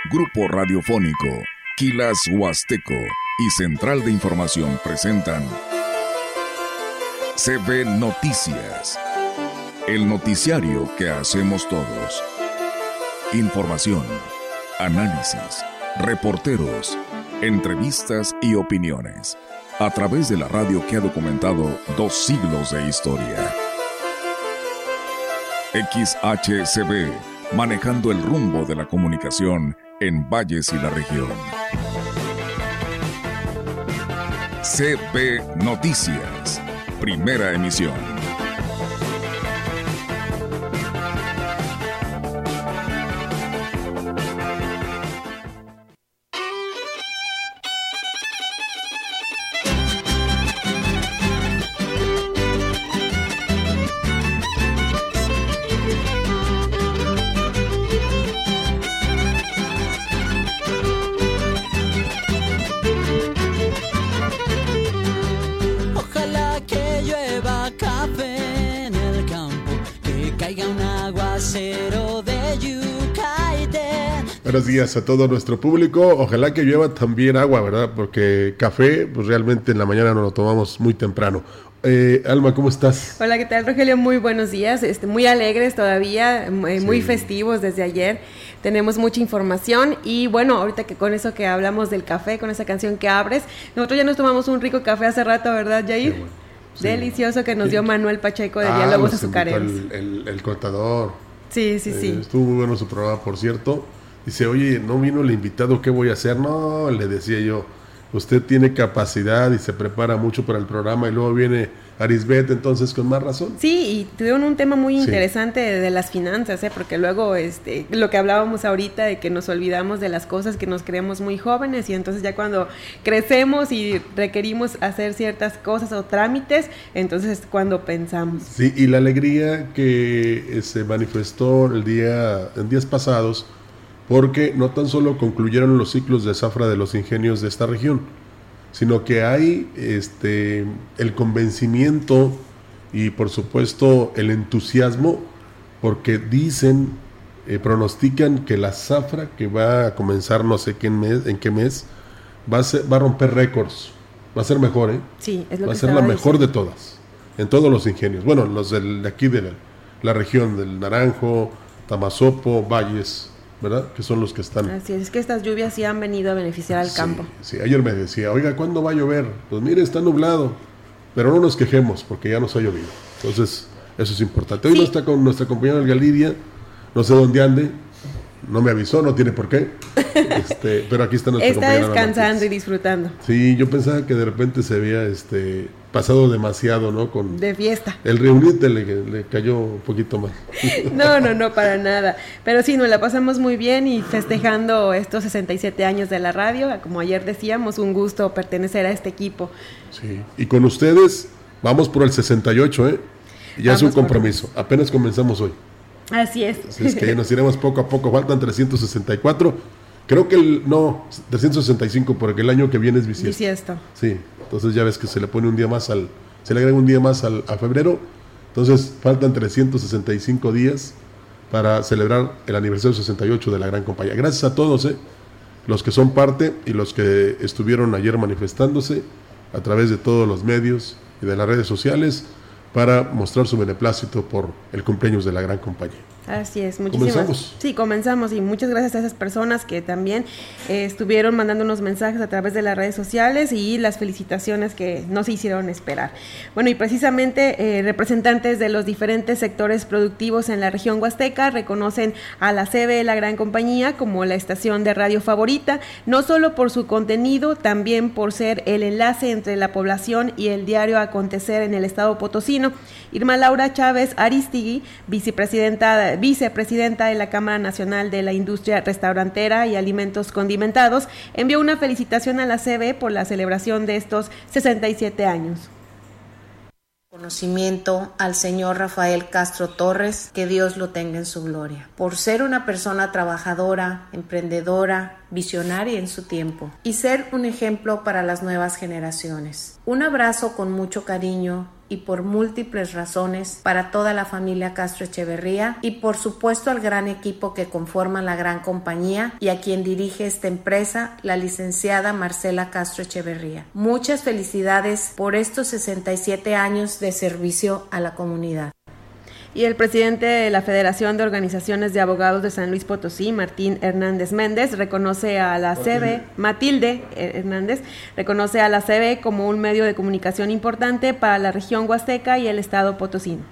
Grupo Radiofónico, Quilas Huasteco y Central de Información presentan CB Noticias, el noticiario que hacemos todos. Información, análisis, reporteros, entrevistas y opiniones, a través de la radio que ha documentado 2 siglos de historia. XHCB, manejando el rumbo de la comunicación en Valles y la región. CB Noticias, primera emisión. Buenos días a todo nuestro público. Ojalá que llueva también agua, ¿verdad? Porque café, pues realmente en la mañana nos lo tomamos muy temprano. Alma, ¿cómo estás? Hola, ¿qué tal, Rogelio? Muy buenos días. Muy alegres todavía, muy festivos desde ayer. Tenemos mucha información y bueno, ahorita que con eso que hablamos del café, con esa canción que abres, nosotros ya nos tomamos un rico café hace rato, ¿verdad, Jair? Bueno. Sí. Delicioso que nos dio Manuel Pacheco de Diálogos Azucareros. El contador. Sí. Estuvo muy bueno su programa, por cierto. Dice, oye, no vino el invitado, ¿qué voy a hacer? No, le decía yo, usted tiene capacidad y se prepara mucho para el programa y luego viene Arisbet, entonces con más razón. Sí, y tuvieron un tema muy interesante de las finanzas, porque luego lo que hablábamos ahorita de que nos olvidamos de las cosas, que nos creemos muy jóvenes y entonces ya cuando crecemos y requerimos hacer ciertas cosas o trámites, entonces es cuando pensamos. Sí, y la alegría que se manifestó en días pasados, porque no tan solo concluyeron los ciclos de zafra de los ingenios de esta región, sino que hay el convencimiento y por supuesto el entusiasmo, porque dicen, pronostican que la zafra que va a comenzar no sé en qué mes, va a romper récords, va a ser mejor, Sí, es lo va que a ser la mejor diciendo. de todas, en todos los ingenios, bueno, los de aquí de la región del Naranjo, Tamazopo, Valles, ¿verdad? Que son los que están. Así es que estas lluvias sí han venido a beneficiar al campo. Sí, ayer me decía, oiga, ¿cuándo va a llover? Pues mire, está nublado, pero no nos quejemos porque ya nos ha llovido. Entonces, eso es importante. Hoy no está con nuestra compañera Olga Lidia, no sé dónde ande, no me avisó, no tiene por qué, pero aquí está nuestra compañera. Está descansando y disfrutando. Sí, yo pensaba que de repente se había pasado demasiado, ¿no? De fiesta. El reunirte le cayó un poquito mal. No, para nada. Pero sí, nos la pasamos muy bien y festejando estos 67 años de la radio. Como ayer decíamos, un gusto pertenecer a este equipo. Sí, y con ustedes vamos por el 68, Ya es un compromiso. Apenas comenzamos hoy. Así es. Es que nos iremos poco a poco. Faltan 364. Creo que 365 porque el año que viene es bisiesto. Sí, entonces ya ves que se le pone un día más se le agrega un día más a febrero. Entonces faltan 365 días para celebrar el aniversario 68 de la gran compañía. Gracias a todos, los que son parte y los que estuvieron ayer manifestándose a través de todos los medios y de las redes sociales para mostrar su beneplácito por el cumpleaños de la gran compañía. Así es, muchísimas. Sí, comenzamos y muchas gracias a esas personas que también estuvieron mandándonos mensajes a través de las redes sociales y las felicitaciones que no se hicieron esperar. Bueno, y precisamente representantes de los diferentes sectores productivos en la región huasteca reconocen a la CB, la gran compañía, como la estación de radio favorita, no solo por su contenido, también por ser el enlace entre la población y el diario acontecer en el estado potosino. Irma Laura Chávez Aristigui, vicepresidenta de la Cámara Nacional de la Industria Restaurantera y Alimentos Condimentados, envió una felicitación a la CB por la celebración de estos 67 años. Conocimiento al señor Rafael Castro Torres, que Dios lo tenga en su gloria, por ser una persona trabajadora, emprendedora, visionaria en su tiempo y ser un ejemplo para las nuevas generaciones. Un abrazo con mucho cariño y por múltiples razones para toda la familia Castro Echeverría y por supuesto al gran equipo que conforman la gran compañía y a quien dirige esta empresa, la licenciada Marcela Castro Echeverría. Muchas felicidades por estos 67 años de servicio a la comunidad. Y el presidente de la Federación de Organizaciones de Abogados de San Luis Potosí, Martín Hernández Méndez, reconoce a la Matilde Hernández, reconoce a la CB como un medio de comunicación importante para la región huasteca y el estado potosino.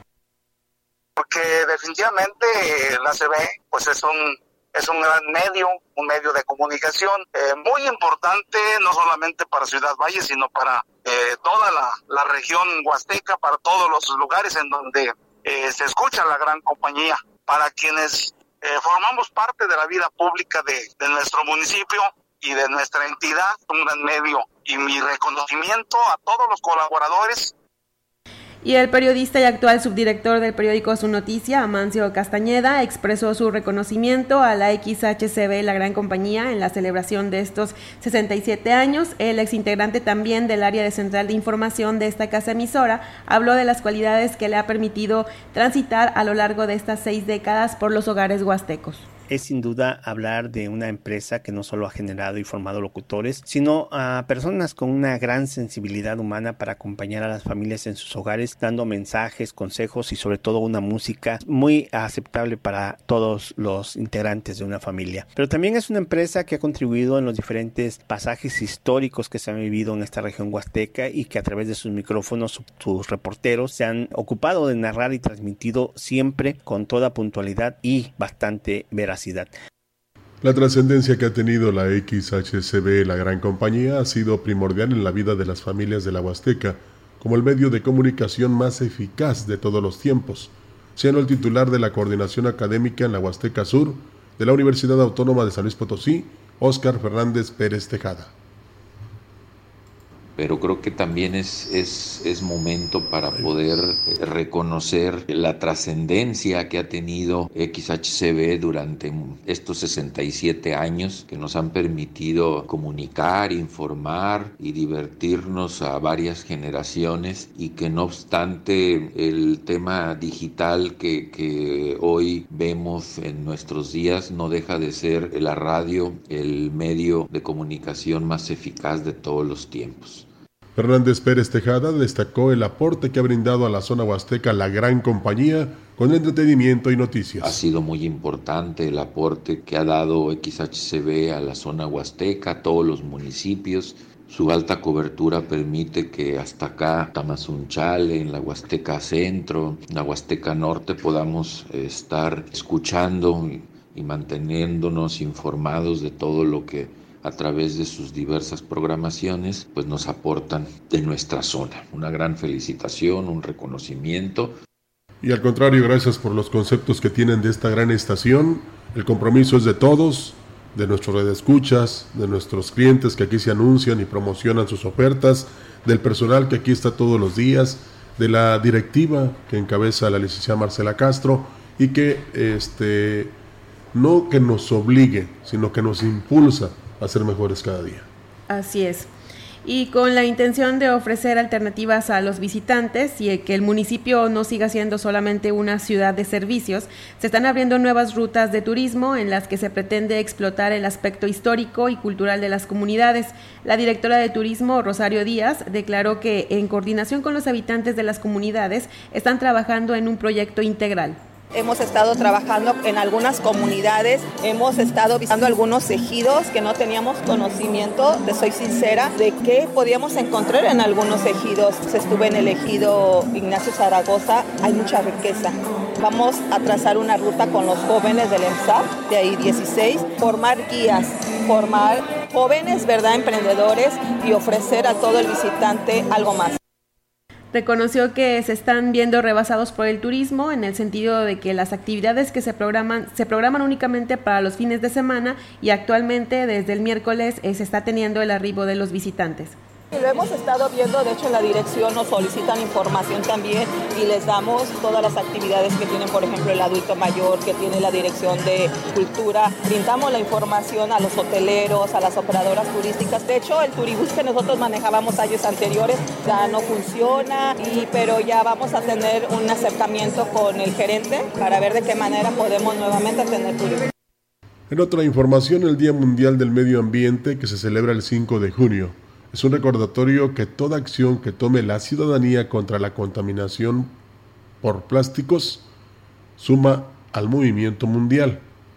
Porque definitivamente la CB pues es un gran medio, un medio de comunicación muy importante, no solamente para Ciudad Valle, sino para toda la región huasteca, para todos los lugares en donde se escucha la gran compañía. Para quienes formamos parte de la vida pública de nuestro municipio y de nuestra entidad, un gran medio, y mi reconocimiento a todos los colaboradores. Y el periodista y actual subdirector del periódico Su Noticia, Amancio Castañeda, expresó su reconocimiento a la XHCB, la gran compañía, en la celebración de estos 67 años. El exintegrante también del área de central de información de esta casa emisora habló de las cualidades que le ha permitido transitar a lo largo de estas 6 décadas por los hogares huastecos. Es sin duda hablar de una empresa que no solo ha generado y formado locutores, sino a personas con una gran sensibilidad humana para acompañar a las familias en sus hogares, dando mensajes, consejos y sobre todo una música muy aceptable para todos los integrantes de una familia. Pero también es una empresa que ha contribuido en los diferentes pasajes históricos que se han vivido en esta región huasteca y que a través de sus micrófonos, sus reporteros, se han ocupado de narrar y transmitido siempre con toda puntualidad y bastante veracidad. La trascendencia que ha tenido la XHCB, la gran compañía, ha sido primordial en la vida de las familias de la Huasteca, como el medio de comunicación más eficaz de todos los tiempos, siendo el titular de la coordinación académica en la Huasteca Sur de la Universidad Autónoma de San Luis Potosí, Óscar Fernández Pérez Tejada. Pero creo que también es momento para poder reconocer la trascendencia que ha tenido XHCB durante estos 67 años, que nos han permitido comunicar, informar y divertirnos a varias generaciones, y que no obstante el tema digital que hoy vemos en nuestros días no deja de ser la radio el medio de comunicación más eficaz de todos los tiempos. Fernández Pérez Tejada destacó el aporte que ha brindado a la zona huasteca la gran compañía con entretenimiento y noticias. Ha sido muy importante el aporte que ha dado XHCB a la zona huasteca, a todos los municipios. Su alta cobertura permite que hasta acá, Tamazunchale, en la Huasteca Centro, en la Huasteca Norte, podamos estar escuchando y manteniéndonos informados de todo lo que a través de sus diversas programaciones pues nos aportan de nuestra zona. Una gran felicitación, un reconocimiento. Y al contrario, gracias por los conceptos que tienen de esta gran estación. El compromiso es de todos, de nuestros redescuchas, de nuestros clientes que aquí se anuncian y promocionan sus ofertas, del personal que aquí está todos los días, de la directiva que encabeza la licenciada Marcela Castro, y que no que nos obligue, sino que nos impulsa a ser mejores cada día. Así es. Y con la intención de ofrecer alternativas a los visitantes y que el municipio no siga siendo solamente una ciudad de servicios, se están abriendo nuevas rutas de turismo en las que se pretende explotar el aspecto histórico y cultural de las comunidades. La directora de turismo, Rosario Díaz, declaró que en coordinación con los habitantes de las comunidades están trabajando en un proyecto integral. Hemos estado trabajando en algunas comunidades, hemos estado visitando algunos ejidos que no teníamos conocimiento, te soy sincera, de qué podíamos encontrar en algunos ejidos. Estuve en el ejido Ignacio Zaragoza, hay mucha riqueza. Vamos a trazar una ruta con los jóvenes del EMSAP, de ahí 16, formar guías, formar jóvenes, ¿verdad?, emprendedores, y ofrecer a todo el visitante algo más. Reconoció que se están viendo rebasados por el turismo en el sentido de que las actividades que se programan únicamente para los fines de semana, y actualmente desde el miércoles se está teniendo el arribo de los visitantes. Y lo hemos estado viendo, de hecho en la dirección nos solicitan información también y les damos todas las actividades que tienen, por ejemplo, el adulto mayor, que tiene la dirección de cultura. Brindamos la información a los hoteleros, a las operadoras turísticas. De hecho, el turibús que nosotros manejábamos años anteriores ya no funciona, pero ya vamos a tener un acercamiento con el gerente para ver de qué manera podemos nuevamente tener turibús. En otra información, el Día Mundial del Medio Ambiente, que se celebra el 5 de junio, es un recordatorio que toda acción que tome la ciudadanía contra la contaminación por plásticos suma al movimiento mundial.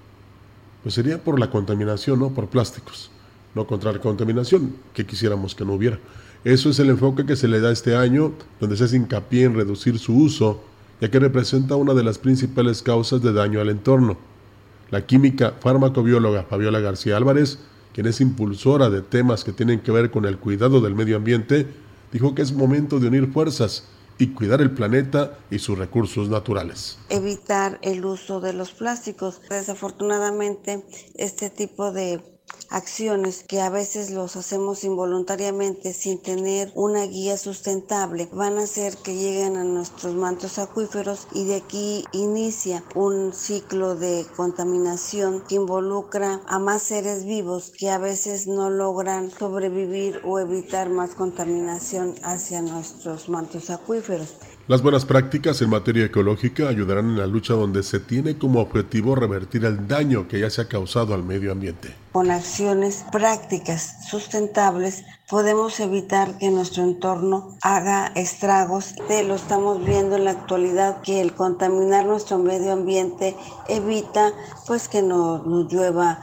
Pues sería por la contaminación, no por plásticos, no contra la contaminación, que quisiéramos que no hubiera. Eso es el enfoque que se le da este año, donde se hace hincapié en reducir su uso, ya que representa una de las principales causas de daño al entorno. La química farmacobióloga Fabiola García Álvarez, quien es impulsora de temas que tienen que ver con el cuidado del medio ambiente, dijo que es momento de unir fuerzas y cuidar el planeta y sus recursos naturales. Evitar el uso de los plásticos. Desafortunadamente, este tipo de acciones que a veces los hacemos involuntariamente sin tener una guía sustentable van a hacer que lleguen a nuestros mantos acuíferos y de aquí inicia un ciclo de contaminación que involucra a más seres vivos que a veces no logran sobrevivir o evitar más contaminación hacia nuestros mantos acuíferos. Las buenas prácticas en materia ecológica ayudarán en la lucha donde se tiene como objetivo revertir el daño que ya se ha causado al medio ambiente. Con acciones prácticas sustentables podemos evitar que nuestro entorno haga estragos. Lo estamos viendo en la actualidad, que el contaminar nuestro medio ambiente evita pues que no nos llueva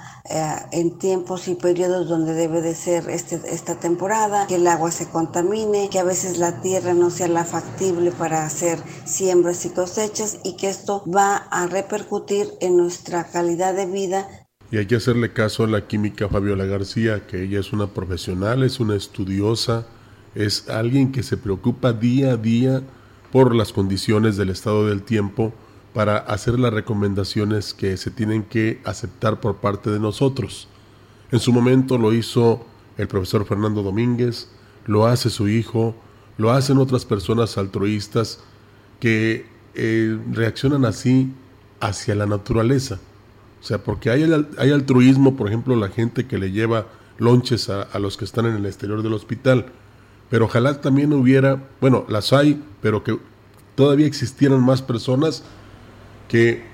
en tiempos y periodos donde debe de ser esta temporada, que el agua se contamine, que a veces la tierra no sea la factible para hacer siembras y cosechas, y que esto va a repercutir en nuestra calidad de vida. Y hay que hacerle caso a la química Fabiola García, que ella es una profesional, es una estudiosa, es alguien que se preocupa día a día por las condiciones del estado del tiempo para hacer las recomendaciones que se tienen que aceptar por parte de nosotros. En su momento lo hizo el profesor Fernando Domínguez, lo hace su hijo, lo hacen otras personas altruistas que reaccionan así hacia la naturaleza. O sea, porque hay altruismo, por ejemplo, la gente que le lleva lonches a los que están en el exterior del hospital. Pero ojalá también hubiera, bueno, las hay, pero que todavía existieran más personas que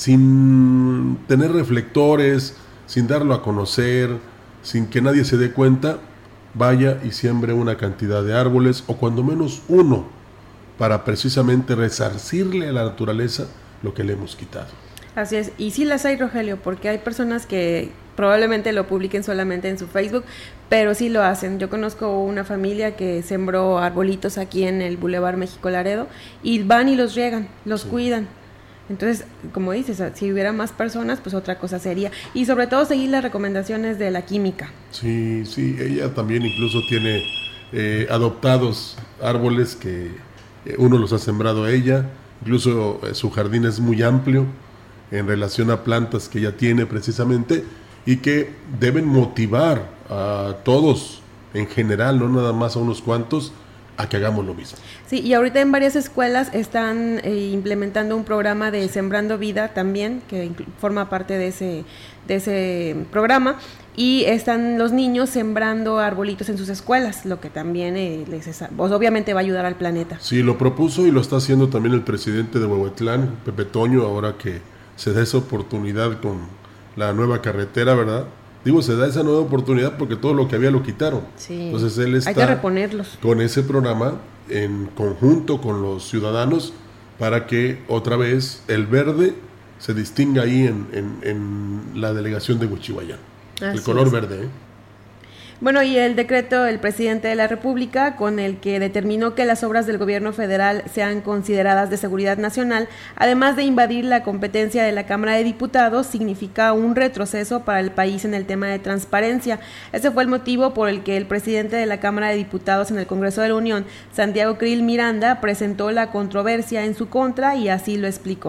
sin tener reflectores, sin darlo a conocer, sin que nadie se dé cuenta, vaya y siembre una cantidad de árboles, o cuando menos uno, para precisamente resarcirle a la naturaleza lo que le hemos quitado. Así es, y sí las hay, Rogelio, porque hay personas que probablemente lo publiquen solamente en su Facebook, pero sí lo hacen. Yo conozco una familia que sembró arbolitos aquí en el Boulevard México Laredo y van y los riegan, los cuidan. Entonces, como dices, si hubiera más personas, pues otra cosa sería. Y sobre todo seguir las recomendaciones de la química. Sí, ella también incluso tiene adoptados árboles que uno los ha sembrado ella, incluso su jardín es muy amplio en relación a plantas que ella tiene precisamente, y que deben motivar a todos en general, no nada más a unos cuantos, a que hagamos lo mismo. Sí, y ahorita en varias escuelas están implementando un programa de Sembrando Vida también, que forma parte de ese programa, y están los niños sembrando arbolitos en sus escuelas, lo que también pues obviamente va a ayudar al planeta. Sí, lo propuso y lo está haciendo también el presidente de Huehuetlán, Pepe Toño, ahora que se da esa oportunidad con la nueva carretera, ¿verdad? Digo, se da esa nueva oportunidad porque todo lo que había lo quitaron. Sí, entonces él está, hay que reponerlos, con ese programa en conjunto con los ciudadanos para que otra vez el verde se distinga ahí en la delegación de Huichihuayán. El color verde, ¿eh? Bueno, y el decreto del presidente de la República con el que determinó que las obras del gobierno federal sean consideradas de seguridad nacional, además de invadir la competencia de la Cámara de Diputados, significa un retroceso para el país en el tema de transparencia. Ese fue el motivo por el que el presidente de la Cámara de Diputados en el Congreso de la Unión, Santiago Krill Miranda, presentó la controversia en su contra y así lo explicó.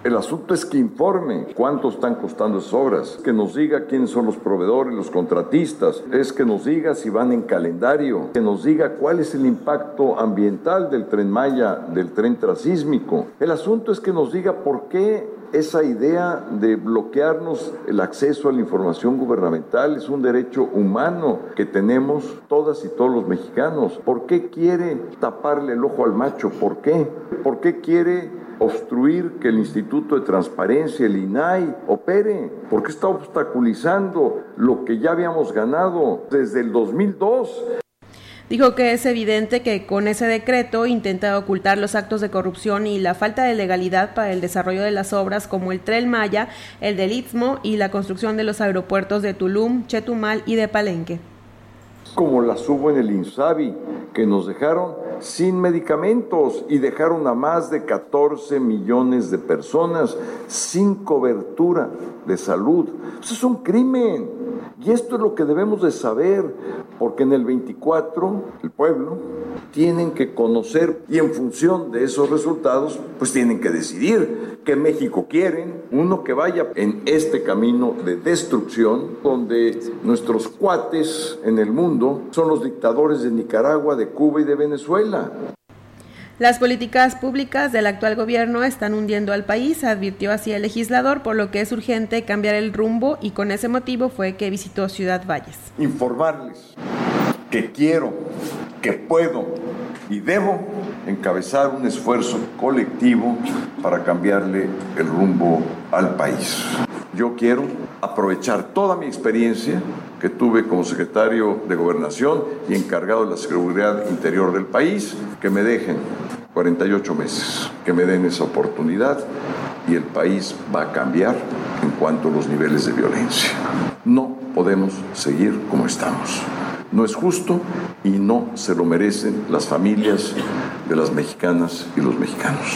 El asunto es que informe cuánto están costando esas obras, que nos diga quiénes son los proveedores, los contratistas, es que nos diga si van en calendario, que nos diga cuál es el impacto ambiental del Tren Maya, del tren transísmico. El asunto es que nos diga por qué esa idea de bloquearnos el acceso a la información gubernamental es un derecho humano que tenemos todas y todos los mexicanos. ¿Por qué quiere taparle el ojo al macho? ¿Por qué? ¿Por qué quiere obstruir que el Instituto de Transparencia, el INAI, opere? ¿Por qué está obstaculizando lo que ya habíamos ganado desde el 2002? Dijo que es evidente que con ese decreto intenta ocultar los actos de corrupción y la falta de legalidad para el desarrollo de las obras como el Tren Maya, el del Istmo y la construcción de los aeropuertos de Tulum, Chetumal y de Palenque. Como las hubo en el INSABI, que nos dejaron sin medicamentos y dejaron a más de 14 millones de personas sin cobertura de salud. Eso es un crimen. Y esto es lo que debemos de saber, porque en el 24 el pueblo tienen que conocer y en función de esos resultados, pues tienen que decidir qué México quieren, uno que vaya en este camino de destrucción, donde nuestros cuates en el mundo son los dictadores de Nicaragua, de Cuba y de Venezuela. Las políticas públicas del actual gobierno están hundiendo al país, advirtió así el legislador, por lo que es urgente cambiar el rumbo y con ese motivo fue que visitó Ciudad Valles. Informarles que quiero, que puedo y debo encabezar un esfuerzo colectivo para cambiarle el rumbo al país. Yo quiero aprovechar toda mi experiencia que tuve como secretario de Gobernación y encargado de la seguridad interior del país, que me dejen 48 meses, que me den esa oportunidad y el país va a cambiar en cuanto a los niveles de violencia. No podemos seguir como estamos. No es justo y no se lo merecen las familias de las mexicanas y los mexicanos.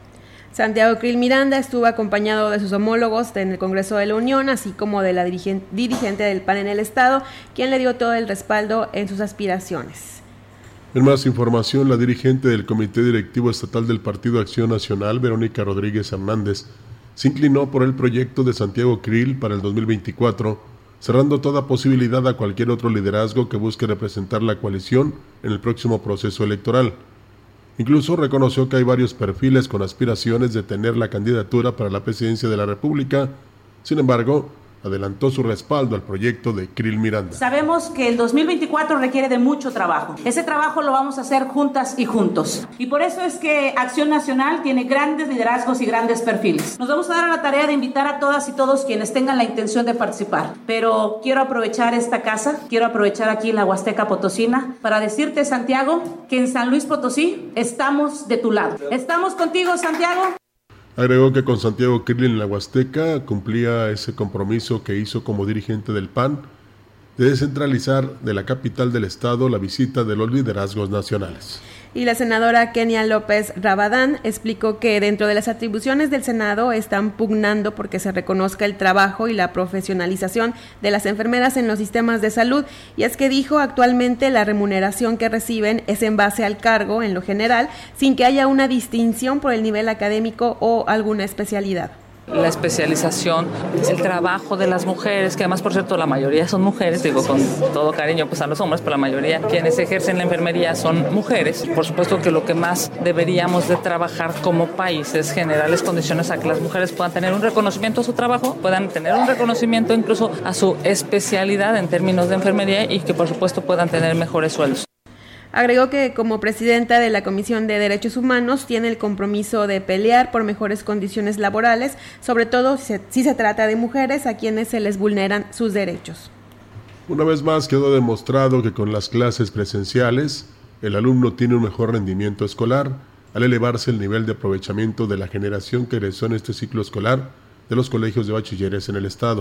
Santiago Krill Miranda estuvo acompañado de sus homólogos en el Congreso de la Unión, así como de la dirigente del PAN en el Estado, quien le dio todo el respaldo en sus aspiraciones. En más información, la dirigente del Comité Directivo Estatal del Partido Acción Nacional, Verónica Rodríguez Hernández, se inclinó por el proyecto de Santiago Krill para el 2024, cerrando toda posibilidad a cualquier otro liderazgo que busque representar la coalición en el próximo proceso electoral. Incluso reconoció que hay varios perfiles con aspiraciones de tener la candidatura para la presidencia de la República. Sin embargo, adelantó su respaldo al proyecto de Krill Miranda. Sabemos que el 2024 requiere de mucho trabajo. Ese trabajo lo vamos a hacer juntas y juntos. Y por eso es que Acción Nacional tiene grandes liderazgos y grandes perfiles. Nos vamos a dar a la tarea de invitar a todas y todos quienes tengan la intención de participar. Pero quiero aprovechar esta casa, quiero aprovechar aquí en la Huasteca Potosina para decirte, Santiago, que en San Luis Potosí estamos de tu lado. ¿Estamos contigo, Santiago? Agregó que con Santiago Krill en la Huasteca cumplía ese compromiso que hizo como dirigente del PAN de descentralizar de la capital del estado la visita de los liderazgos nacionales. Y la senadora Kenia López Rabadán explicó que dentro de las atribuciones del Senado están pugnando porque se reconozca el trabajo y la profesionalización de las enfermeras en los sistemas de salud, y es que dijo actualmente la remuneración que reciben es en base al cargo en lo general, sin que haya una distinción por el nivel académico o alguna especialidad. La especialización, el trabajo de las mujeres, que además, por cierto, la mayoría son mujeres, digo con todo cariño pues a los hombres, pero la mayoría quienes ejercen la enfermería son mujeres. Por supuesto que lo que más deberíamos de trabajar como país es generarles condiciones a que las mujeres puedan tener un reconocimiento a su trabajo, puedan tener un reconocimiento incluso a su especialidad en términos de enfermería y que por supuesto puedan tener mejores sueldos. Agregó que como presidenta de la Comisión de Derechos Humanos tiene el compromiso de pelear por mejores condiciones laborales, sobre todo si se trata de mujeres a quienes se les vulneran sus derechos. Una vez más quedó demostrado que con las clases presenciales el alumno tiene un mejor rendimiento escolar al elevarse el nivel de aprovechamiento de la generación que egresó en este ciclo escolar de los colegios de bachilleres en el estado.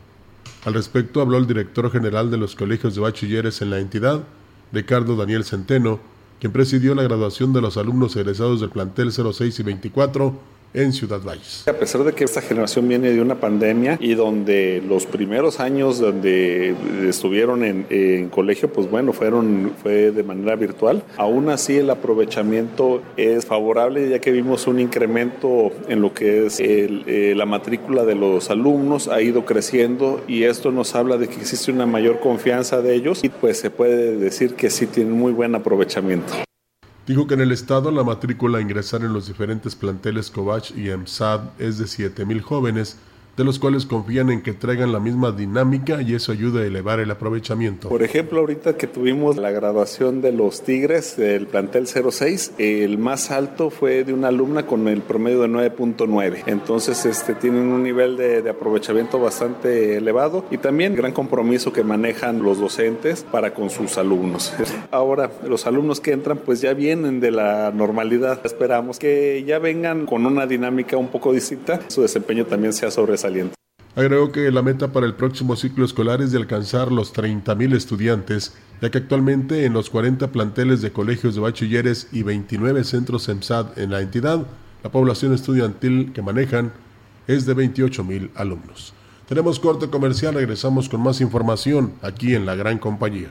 Al respecto habló el director general de los colegios de bachilleres en la entidad, Ricardo Daniel Centeno, quien presidió la graduación de los alumnos egresados del plantel 06 y 24 en Ciudad Valles. A pesar de que esta generación viene de una pandemia y donde los primeros años donde estuvieron en colegio, pues bueno, fue de manera virtual, aún así el aprovechamiento es favorable, ya que vimos un incremento en lo que es la matrícula de los alumnos, ha ido creciendo y esto nos habla de que existe una mayor confianza de ellos y pues se puede decir que sí tienen muy buen aprovechamiento. Dijo que en el estado la matrícula a ingresar en los diferentes planteles Covach y EMSAD es de 7,000 jóvenes, de los cuales confían en que traigan la misma dinámica y eso ayuda a elevar el aprovechamiento. Por ejemplo, ahorita que tuvimos la graduación de los Tigres del plantel 06, el más alto fue de una alumna con el promedio de 9.9. Entonces tienen un nivel de aprovechamiento bastante elevado y también gran compromiso que manejan los docentes para con sus alumnos. Ahora, los alumnos que entran pues ya vienen de la normalidad. Esperamos que ya vengan con una dinámica un poco distinta. Su desempeño también sea sobresaliente. Agregó que la meta para el próximo ciclo escolar es de alcanzar los 30,000 estudiantes, ya que actualmente en los 40 planteles de colegios de bachilleres y 29 centros EMSAD en la entidad, la población estudiantil que manejan es de 28,000 alumnos. Tenemos corte comercial, regresamos con más información aquí en La Gran Compañía.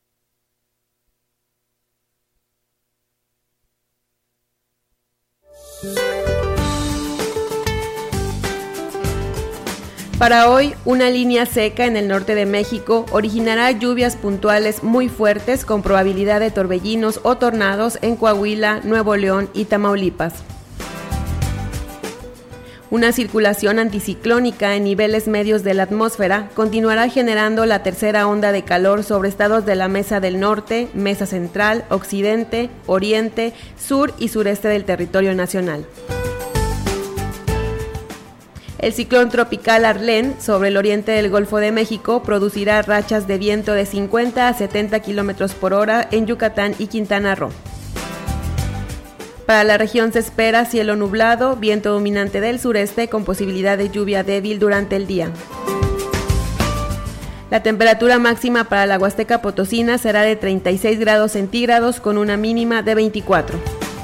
Para hoy, una línea seca en el norte de México originará lluvias puntuales muy fuertes con probabilidad de torbellinos o tornados en Coahuila, Nuevo León y Tamaulipas. Una circulación anticiclónica en niveles medios de la atmósfera continuará generando la tercera onda de calor sobre estados de la Mesa del Norte, Mesa Central, Occidente, Oriente, Sur y Sureste del territorio nacional. El ciclón tropical Arlene, sobre el oriente del Golfo de México, producirá rachas de viento de 50 a 70 kilómetros por hora en Yucatán y Quintana Roo. Para la región se espera cielo nublado, viento dominante del sureste con posibilidad de lluvia débil durante el día. La temperatura máxima para la Huasteca Potosina será de 36 grados centígrados con una mínima de 24.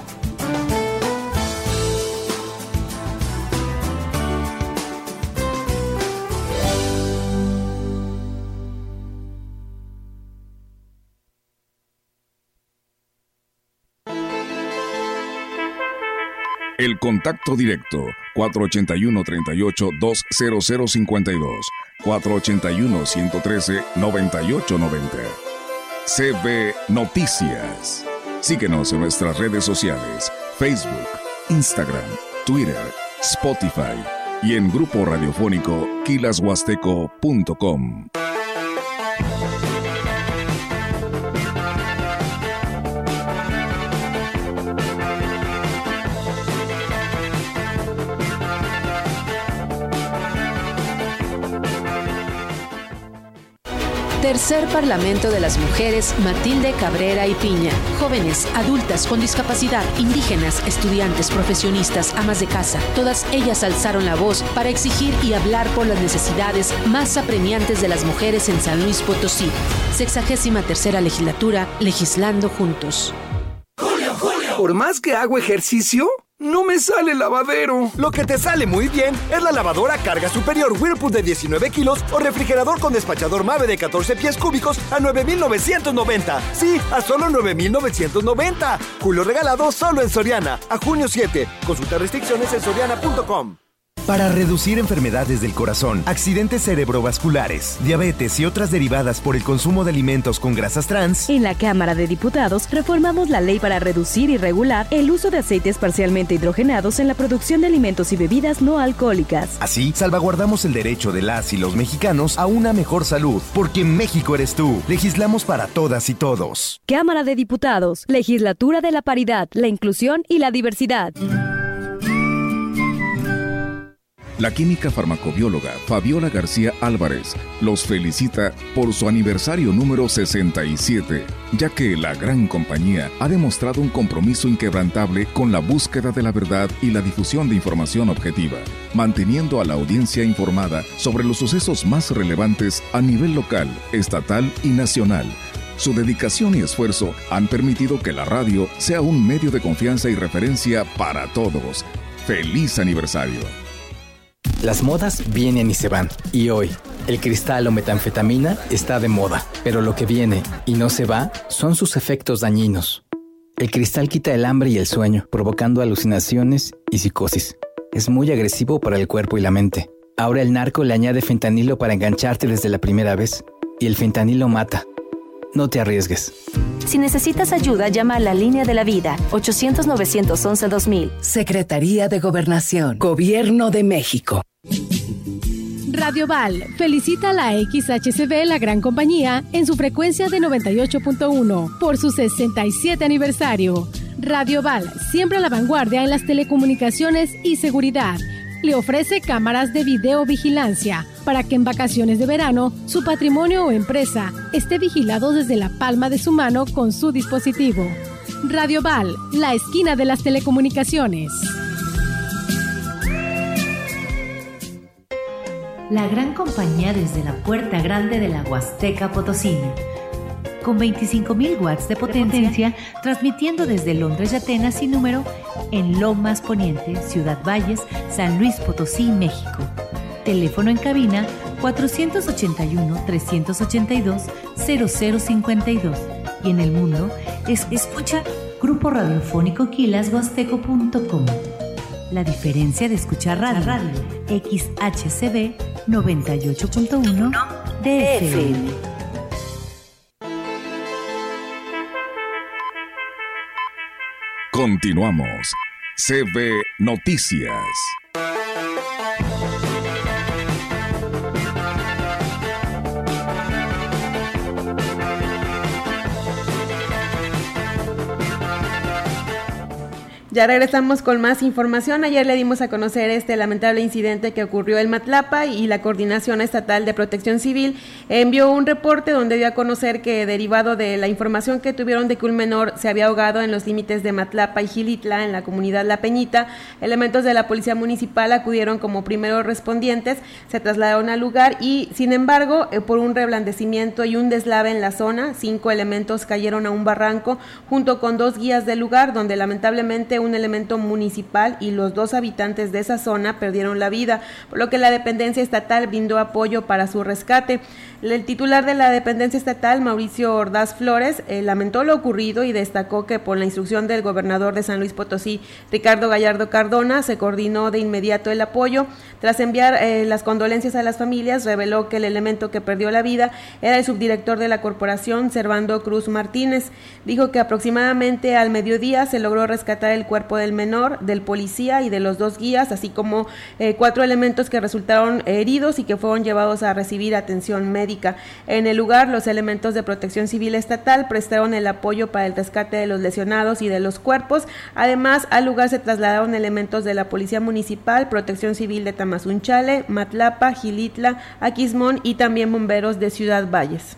El contacto directo 481-38-20052, 481-113-9890. CB Noticias. Síguenos en nuestras redes sociales, Facebook, Instagram, Twitter, Spotify y en grupo radiofónico quilashuasteco.com. Tercer Parlamento de las Mujeres Matilde Cabrera y Piña. Jóvenes, adultas con discapacidad, indígenas, estudiantes, profesionistas, amas de casa, todas ellas alzaron la voz para exigir y hablar por las necesidades más apremiantes de las mujeres en San Luis Potosí. 63ª legislatura, legislando juntos. Por más que hago ejercicio, no me sale lavadero. Lo que te sale muy bien es la lavadora carga superior Whirlpool de 19 kilos o refrigerador con despachador Mave de 14 pies cúbicos a 9,990. Sí, a solo 9,990. Julio regalado solo en Soriana. A junio 7. Consulta restricciones en soriana.com. Para reducir enfermedades del corazón, accidentes cerebrovasculares, diabetes y otras derivadas por el consumo de alimentos con grasas trans, en la Cámara de Diputados reformamos la ley para reducir y regular el uso de aceites parcialmente hidrogenados en la producción de alimentos y bebidas no alcohólicas. Así, salvaguardamos el derecho de las y los mexicanos a una mejor salud, porque México eres tú. Legislamos para todas y todos. Cámara de Diputados, Legislatura de la Paridad, la Inclusión y la Diversidad. La química farmacobióloga Fabiola García Álvarez los felicita por su aniversario número 67, ya que la Gran Compañía ha demostrado un compromiso inquebrantable con la búsqueda de la verdad y la difusión de información objetiva, manteniendo a la audiencia informada sobre los sucesos más relevantes a nivel local, estatal y nacional. Su dedicación y esfuerzo han permitido que la radio sea un medio de confianza y referencia para todos. ¡Feliz aniversario! Las modas vienen y se van. Y hoy, el cristal o metanfetamina está de moda. Pero lo que viene y no se va son sus efectos dañinos. El cristal quita el hambre y el sueño, provocando alucinaciones y psicosis. Es muy agresivo para el cuerpo y la mente. Ahora el narco le añade fentanilo para engancharte desde la primera vez. Y el fentanilo mata. No te arriesgues. Si necesitas ayuda, llama a la Línea de la Vida, 800-911-2000. Secretaría de Gobernación, Gobierno de México. Radio Val felicita a la XHCB La Gran Compañía en su frecuencia de 98.1 por su 67 aniversario. Radio Val, siempre a la vanguardia en las telecomunicaciones y seguridad. Le ofrece cámaras de videovigilancia para que en vacaciones de verano su patrimonio o empresa esté vigilado desde la palma de su mano con su dispositivo. Radio Val, la esquina de las telecomunicaciones. La Gran Compañía desde la Puerta Grande de la Huasteca Potosina. Con 25.000 watts de potencia, transmitiendo desde Londres y Atenas sin número, en Lomas Poniente, Ciudad Valles, San Luis Potosí, México. Teléfono en cabina 481-382-0052. Y en el mundo, escucha Grupo Radiofónico Quilashuasteco.com. La diferencia de escuchar radio. XHCB 98.1 DFM. Continuamos. CB Noticias. Ya regresamos con más información. Ayer le dimos a conocer este lamentable incidente que ocurrió en Matlapa y la Coordinación Estatal de Protección Civil envió un reporte donde dio a conocer que, derivado de la información que tuvieron de que un menor se había ahogado en los límites de Matlapa y Xilitla, en la comunidad La Peñita, elementos de la Policía Municipal acudieron como primeros respondientes, se trasladaron al lugar y, sin embargo, por un reblandecimiento y un deslave en la zona, 5 elementos cayeron a un barranco junto con 2 guías del lugar, donde lamentablemente un elemento municipal y los 2 habitantes de esa zona perdieron la vida, por lo que la dependencia estatal brindó apoyo para su rescate. El titular de la dependencia estatal, Mauricio Ordaz Flores, lamentó lo ocurrido y destacó que por la instrucción del gobernador de San Luis Potosí, Ricardo Gallardo Cardona, se coordinó de inmediato el apoyo. Tras enviar las condolencias a las familias, reveló que el elemento que perdió la vida era el subdirector de la corporación, Servando Cruz Martínez. Dijo que aproximadamente al mediodía se logró rescatar el cuerpo del menor, del policía y de los 2 guías, así como 4 elementos que resultaron heridos y que fueron llevados a recibir atención médica. En el lugar, los elementos de Protección Civil Estatal prestaron el apoyo para el rescate de los lesionados y de los cuerpos. Además, al lugar se trasladaron elementos de la Policía Municipal, Protección Civil de Tamazunchale, Matlapa, Xilitla, Aquismón y también bomberos de Ciudad Valles.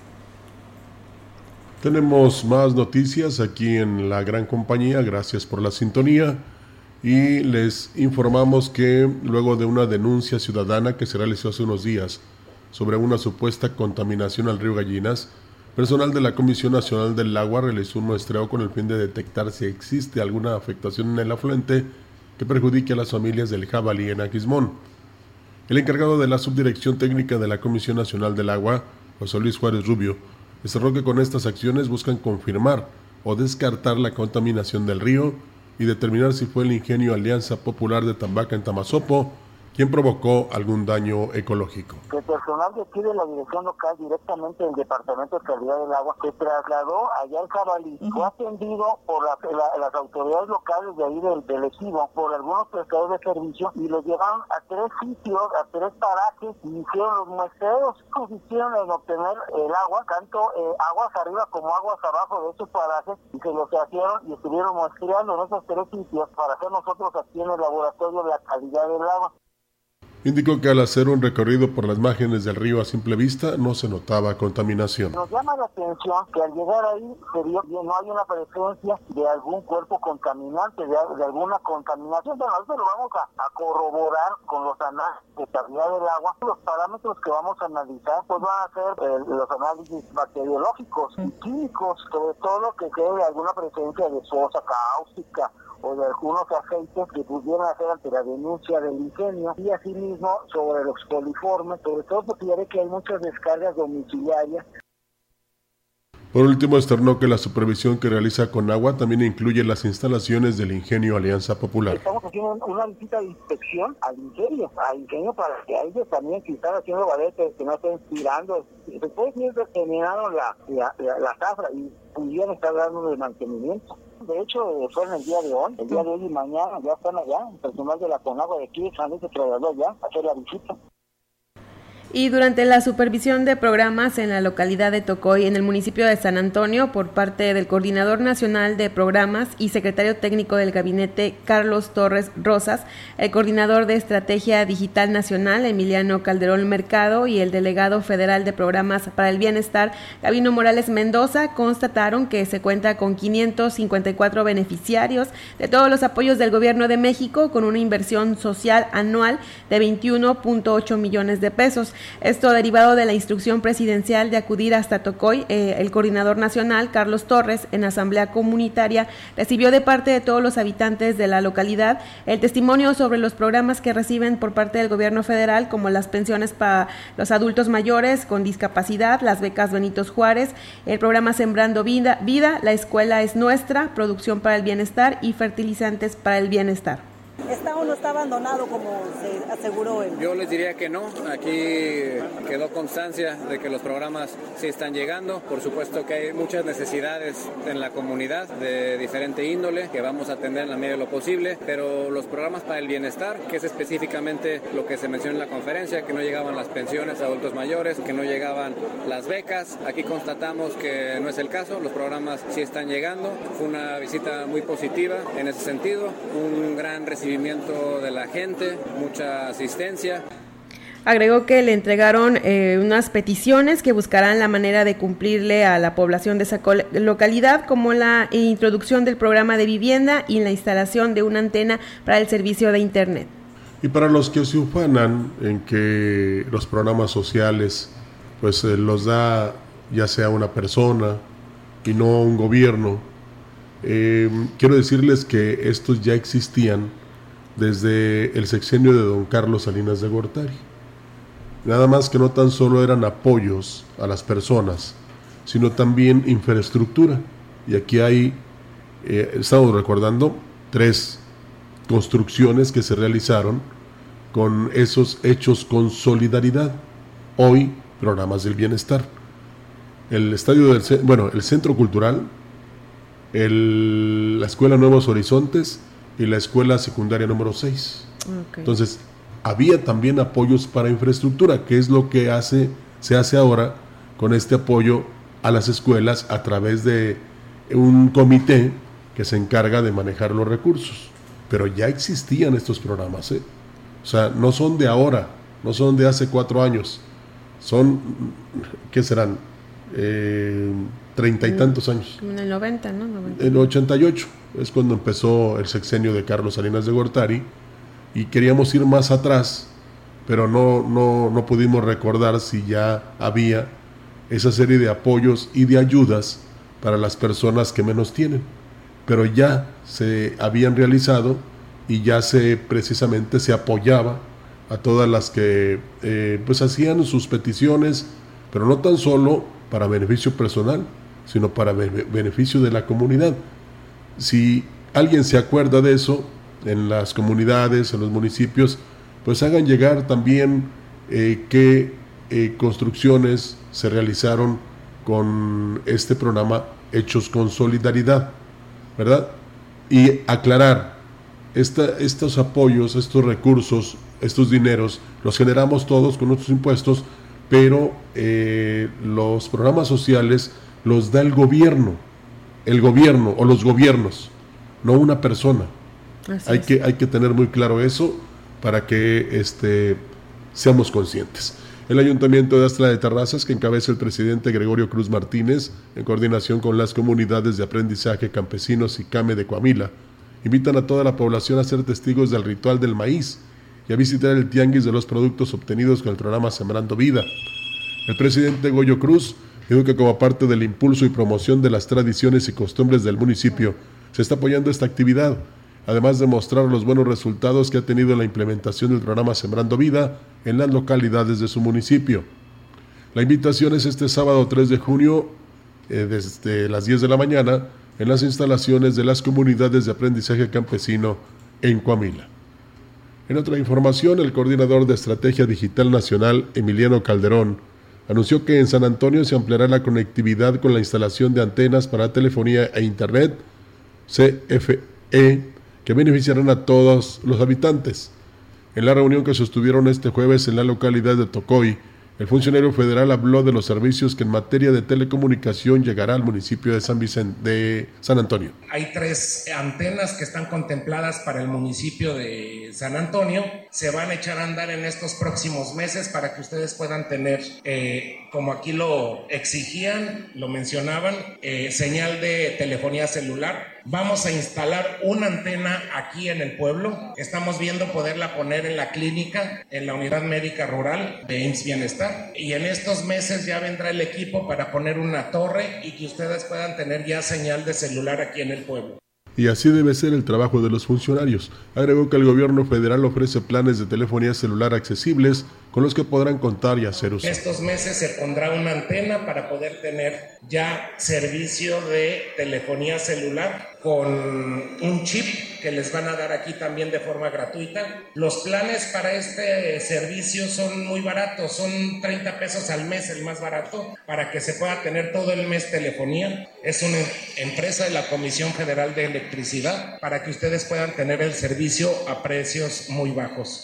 Tenemos más noticias aquí en La Gran Compañía, gracias por la sintonía, y les informamos que luego de una denuncia ciudadana que se realizó hace unos días sobre una supuesta contaminación al río Gallinas, personal de la Comisión Nacional del Agua realizó un muestreo con el fin de detectar si existe alguna afectación en el afluente que perjudique a las familias del Jabalí en Aquismón. El encargado de la Subdirección Técnica de la Comisión Nacional del Agua, José Luis Juárez Rubio, destacó que con estas acciones buscan confirmar o descartar la contaminación del río y determinar si fue el ingenio Alianza Popular de Tambaca en Tamazopo quien provocó algún daño ecológico. El personal de aquí de la dirección local, directamente del Departamento de Calidad del Agua, se trasladó allá al Jabalí, fue atendido por las autoridades locales de ahí del ejido, por algunos prestadores de servicio, y los llevaron a 3 sitios, a 3 parajes, y hicieron los muestreos. Consistieron en obtener el agua, tanto aguas arriba como aguas abajo de esos parajes, y se los hicieron y estuvieron muestreando en esos 3 sitios para hacer nosotros aquí en el laboratorio la calidad del agua. Indicó que al hacer un recorrido por las márgenes del río a simple vista no se notaba contaminación. Nos llama la atención que al llegar ahí se vio que no hay una presencia de algún cuerpo contaminante, de alguna contaminación. Bueno, eso lo vamos a corroborar con los análisis de calidad del agua. Los parámetros que vamos a analizar pues van a ser los análisis bacteriológicos y químicos, sobre todo que quede alguna presencia de sosa cáustica o de algunos aceites que pudieran hacer ante la denuncia del incendio, y asimismo sobre los coliformes, sobre todo porque ya ve que hay muchas descargas domiciliarias. Por último, externó que la supervisión que realiza Conagua también incluye las instalaciones del Ingenio Alianza Popular. Estamos haciendo una visita de inspección al ingenio para que a ellos también, si están haciendo valores que no estén tirando, después terminaron la zafra y pudieron estar dando de mantenimiento. De hecho, fueron el día de hoy y mañana ya están allá, el personal de la Conagua de aquí, San Luis se trasladó ya a hacer la visita. Y durante la supervisión de programas en la localidad de Tocoy, en el municipio de San Antonio, por parte del Coordinador Nacional de Programas y Secretario Técnico del Gabinete, Carlos Torres Rosas, el Coordinador de Estrategia Digital Nacional, Emiliano Calderón Mercado, y el Delegado Federal de Programas para el Bienestar, Gabino Morales Mendoza, constataron que se cuenta con 554 beneficiarios de todos los apoyos del Gobierno de México, con una inversión social anual de 21.8 millones de pesos. Esto derivado de la instrucción presidencial de acudir hasta Tocoy. El coordinador nacional, Carlos Torres, en asamblea comunitaria, recibió de parte de todos los habitantes de la localidad el testimonio sobre los programas que reciben por parte del gobierno federal, como las pensiones para los adultos mayores con discapacidad, las becas Benito Juárez, el programa Sembrando Vida, La Escuela es Nuestra, Producción para el Bienestar y Fertilizantes para el Bienestar. ¿Está o no está abandonado como se aseguró él? Yo les diría que no. Aquí quedó constancia de que los programas sí están llegando. Por supuesto que hay muchas necesidades en la comunidad de diferente índole que vamos a atender en la medida de lo posible, pero los programas para el bienestar, que es específicamente lo que se mencionó en la conferencia, que no llegaban las pensiones a adultos mayores, que no llegaban las becas, aquí constatamos que no es el caso. Los programas sí están llegando. Fue una visita muy positiva en ese sentido, un gran recibimiento de la gente, mucha asistencia. Agregó que le entregaron unas peticiones que buscarán la manera de cumplirle a la población de esa localidad, como la introducción del programa de vivienda y la instalación de una antena para el servicio de internet. Y para los que se ufanan en que los programas sociales pues los da ya sea una persona y no un gobierno, quiero decirles que estos ya existían desde el sexenio de don Carlos Salinas de Gortari. Nada más que no tan solo eran apoyos a las personas, sino también infraestructura. Y aquí hay, estamos recordando, 3 construcciones que se realizaron con esos hechos con solidaridad. Hoy, programas del bienestar. El estadio el Centro Cultural, la Escuela Nuevos Horizontes y la Escuela Secundaria número 6. Okay. Entonces, había también apoyos para infraestructura, que es lo que se hace ahora con este apoyo a las escuelas a través de un comité que se encarga de manejar los recursos. Pero ya existían estos programas, ¿eh? O sea, no son de ahora, no son de hace 4 años, son, ¿qué serán? 30 y tantos años. En el 90, ¿no? En el 88 es cuando empezó el sexenio de Carlos Salinas de Gortari, y queríamos ir más atrás, pero no pudimos recordar si ya había esa serie de apoyos y de ayudas para las personas que menos tienen, pero ya se habían realizado y ya precisamente se apoyaba a todas las que pues hacían sus peticiones, pero no tan solo para beneficio personal, sino para beneficio de la comunidad. Si alguien se acuerda de eso, en las comunidades, en los municipios, pues hagan llegar también qué construcciones se realizaron con este programa Hechos con Solidaridad, ¿verdad? Y aclarar, estos apoyos, estos recursos, estos dineros, los generamos todos con nuestros impuestos, pero los programas sociales los da el gobierno o los gobiernos, no una persona. Hay que tener muy claro eso para que seamos conscientes. El Ayuntamiento de Astla de Terrazas, que encabeza el presidente Gregorio Cruz Martínez, en coordinación con las comunidades de aprendizaje campesinos y CAME de Coamila, invitan a toda la población a ser testigos del ritual del maíz y a visitar el tianguis de los productos obtenidos con el programa Sembrando Vida. El presidente Goyo Cruz dijo que como parte del impulso y promoción de las tradiciones y costumbres del municipio, se está apoyando esta actividad, además de mostrar los buenos resultados que ha tenido la implementación del programa Sembrando Vida en las localidades de su municipio. La invitación es este sábado 3 de junio desde las 10 de la mañana en las instalaciones de las comunidades de aprendizaje campesino en Coamila. En otra información, el coordinador de Estrategia Digital Nacional, Emiliano Calderón, anunció que en San Antonio se ampliará la conectividad con la instalación de antenas para telefonía e internet CFE que beneficiarán a todos los habitantes. En la reunión que sostuvieron este jueves en la localidad de Tocoy, el funcionario federal habló de los servicios que en materia de telecomunicación llegará al municipio de San Antonio. Hay 3 antenas que están contempladas para el municipio de San Antonio. Se van a echar a andar en estos próximos meses para que ustedes puedan tener, como aquí lo exigían, lo mencionaban, señal de telefonía celular. Vamos a instalar una antena aquí en el pueblo. Estamos viendo poderla poner en la clínica, en la unidad médica rural de IMSS Bienestar. Y en estos meses ya vendrá el equipo para poner una torre y que ustedes puedan tener ya señal de celular aquí en el pueblo. Y así debe ser el trabajo de los funcionarios. Agregó que el gobierno federal ofrece planes de telefonía celular accesibles con los que podrán contar y hacer uso. Estos meses se pondrá una antena para poder tener ya servicio de telefonía celular con un chip que les van a dar aquí también de forma gratuita. Los planes para este servicio son muy baratos, son 30 pesos al mes el más barato, para que se pueda tener todo el mes telefonía. Es una empresa de la Comisión Federal de Electricidad para que ustedes puedan tener el servicio a precios muy bajos.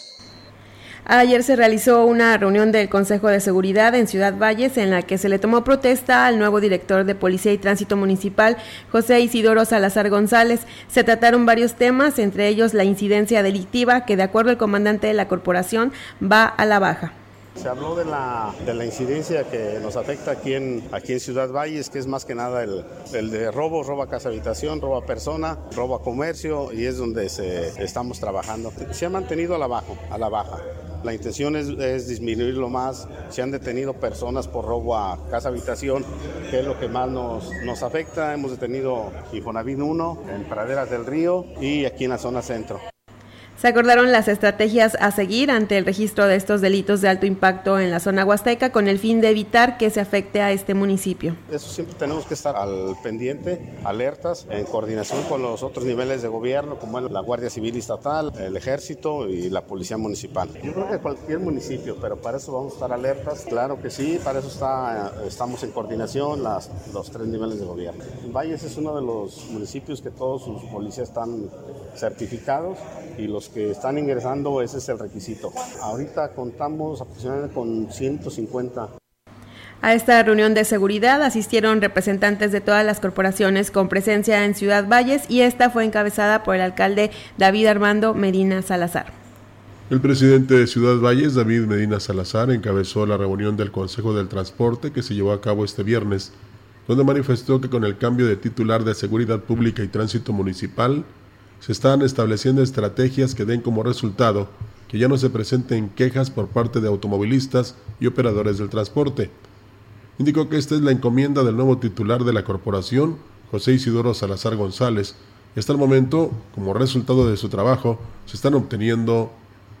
Ayer se realizó una reunión del Consejo de Seguridad en Ciudad Valles en la que se le tomó protesta al nuevo director de Policía y Tránsito Municipal, José Isidoro Salazar González. Se trataron varios temas, entre ellos la incidencia delictiva, que de acuerdo al comandante de la corporación va a la baja. Se habló de la incidencia que nos afecta aquí en Ciudad Valles, que es más que nada el de robo a casa habitación, robo a persona, robo a comercio, y es donde estamos trabajando. Se ha mantenido a la baja. La intención es disminuirlo más. Se han detenido personas por robo a casa habitación, que es lo que más nos afecta. Hemos detenido Infonavit 1 en Praderas del Río y aquí en la zona centro. Se acordaron las estrategias a seguir ante el registro de estos delitos de alto impacto en la zona huasteca con el fin de evitar que se afecte a este municipio. Eso siempre tenemos que estar al pendiente, alertas, en coordinación con los otros niveles de gobierno, como la Guardia Civil Estatal, el Ejército y la Policía Municipal. Yo creo que cualquier municipio, pero para eso vamos a estar alertas. Claro que sí, para eso estamos en coordinación los 3 niveles de gobierno. Valles es uno de los municipios que todos sus policías están certificados y los que están ingresando, ese es el requisito. Ahorita contamos aproximadamente con 150. A esta reunión de seguridad asistieron representantes de todas las corporaciones con presencia en Ciudad Valles y esta fue encabezada por el alcalde David Armando Medina Salazar. El presidente de Ciudad Valles, David Medina Salazar, encabezó la reunión del Consejo del Transporte que se llevó a cabo este viernes, donde manifestó que con el cambio de titular de Seguridad Pública y Tránsito Municipal, se están estableciendo estrategias que den como resultado que ya no se presenten quejas por parte de automovilistas y operadores del transporte. Indicó que esta es la encomienda del nuevo titular de la corporación, José Isidoro Salazar González, y hasta el momento, como resultado de su trabajo, se están obteniendo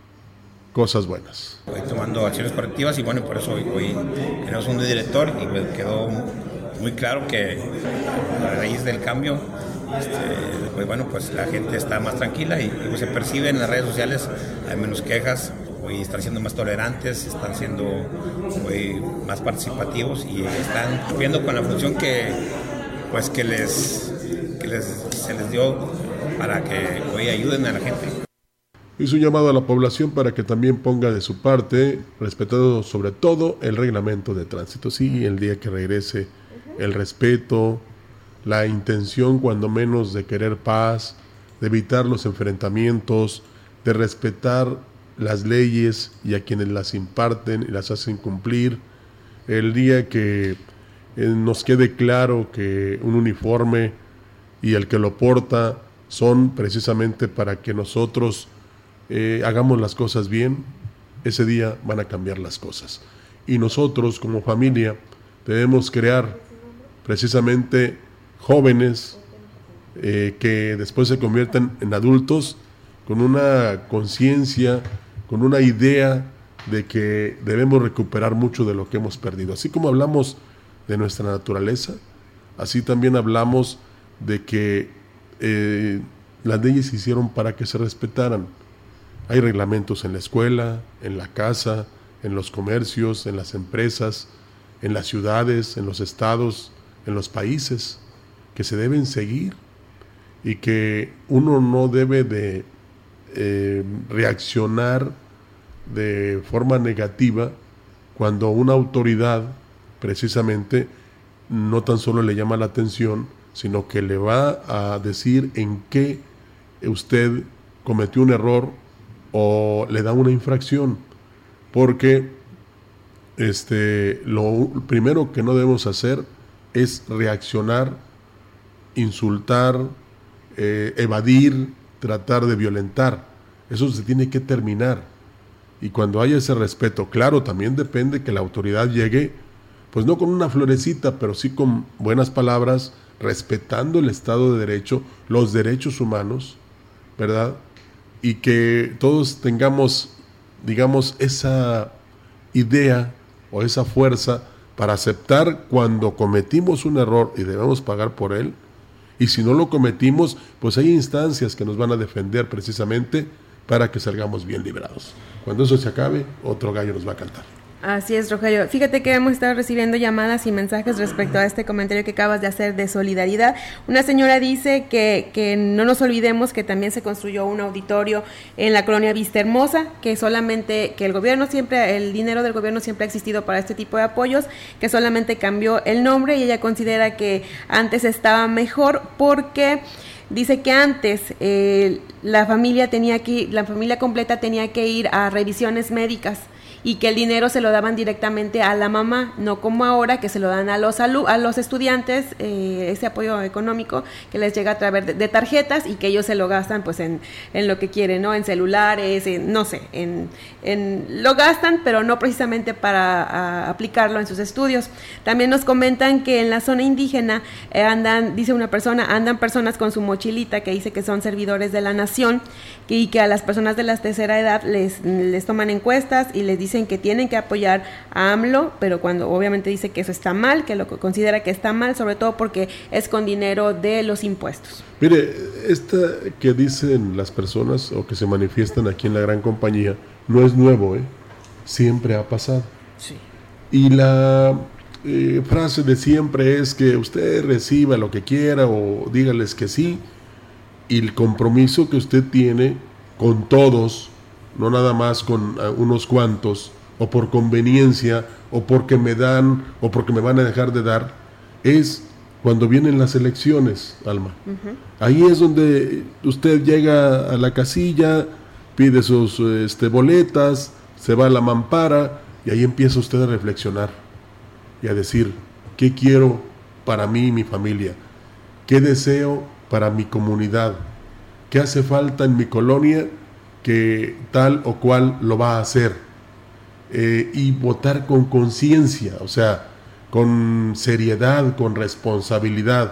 cosas buenas. Estoy tomando acciones correctivas y bueno, por eso hoy tenemos un director y me quedó muy claro que a raíz del cambio pues bueno, pues la gente está más tranquila y pues se percibe en las redes sociales, hay menos quejas, hoy están siendo más tolerantes, están siendo hoy más participativos y están cumpliendo con la función que se les dio para que hoy ayuden a la gente. Hizo un llamado a la población para que también ponga de su parte, respetando sobre todo el reglamento de tránsito. Sí, el día que regrese el respeto, la intención cuando menos de querer paz, de evitar los enfrentamientos, de respetar las leyes y a quienes las imparten y las hacen cumplir. El día que nos quede claro que un uniforme y el que lo porta son precisamente para que nosotros hagamos las cosas bien, ese día van a cambiar las cosas. Y nosotros como familia debemos crear precisamente jóvenes que después se conviertan en adultos con una conciencia, con una idea de que debemos recuperar mucho de lo que hemos perdido. Así como hablamos de nuestra naturaleza, así también hablamos de que las leyes se hicieron para que se respetaran. Hay reglamentos en la escuela, en la casa, en los comercios, en las empresas, en las ciudades, en los estados, en los países, que se deben seguir y que uno no debe de reaccionar de forma negativa cuando una autoridad precisamente no tan solo le llama la atención, sino que le va a decir en qué usted cometió un error o le da una infracción, porque lo primero que no debemos hacer es reaccionar, insultar, evadir, tratar de violentar. Eso se tiene que terminar. Y cuando haya ese respeto, claro, también depende que la autoridad llegue, pues no con una florecita, pero sí con buenas palabras, respetando el Estado de Derecho, los derechos humanos, ¿verdad? Y que todos tengamos, digamos, esa idea o esa fuerza para aceptar cuando cometimos un error y debemos pagar por él. Y si no lo cometimos, pues hay instancias que nos van a defender precisamente para que salgamos bien librados. Cuando eso se acabe, otro gallo nos va a cantar. Así es, Rogelio. Fíjate que hemos estado recibiendo llamadas y mensajes respecto a este comentario que acabas de hacer de solidaridad. Una señora dice que no nos olvidemos que también se construyó un auditorio en la colonia Vista Hermosa, que solamente, que el dinero del gobierno siempre ha existido para este tipo de apoyos, que solamente cambió el nombre y ella considera que antes estaba mejor porque dice que antes la familia completa tenía que ir a revisiones médicas y que el dinero se lo daban directamente a la mamá, no como ahora que se lo dan a los estudiantes, ese apoyo económico que les llega a través de tarjetas y que ellos se lo gastan pues en lo que quieren, ¿no? En celulares, lo gastan, pero no precisamente para aplicarlo en sus estudios. También nos comentan que en la zona indígena andan personas con su mochilita que dice que son servidores de la nación y que a las personas de la tercera edad les toman encuestas y les dicen que tienen que apoyar a AMLO, pero cuando obviamente dice que eso está mal, que lo considera que está mal, sobre todo porque es con dinero de los impuestos. Mire, esta que dicen las personas o que se manifiestan aquí en la gran compañía no es nuevo, siempre ha pasado. Sí. Y la frase de siempre es que usted reciba lo que quiera o dígales que sí, y el compromiso que usted tiene con todos, no nada más con unos cuantos, o por conveniencia, o porque me dan, o porque me van a dejar de dar, es cuando vienen las elecciones, Alma. Uh-huh. Ahí es donde usted llega a la casilla, pide sus boletas, se va a la mampara, y ahí empieza usted a reflexionar, y a decir, ¿qué quiero para mí y mi familia? ¿Qué deseo para mi comunidad? ¿Qué hace falta en mi colonia que tal o cual lo va a hacer? Y votar con conciencia, o sea, con seriedad, con responsabilidad.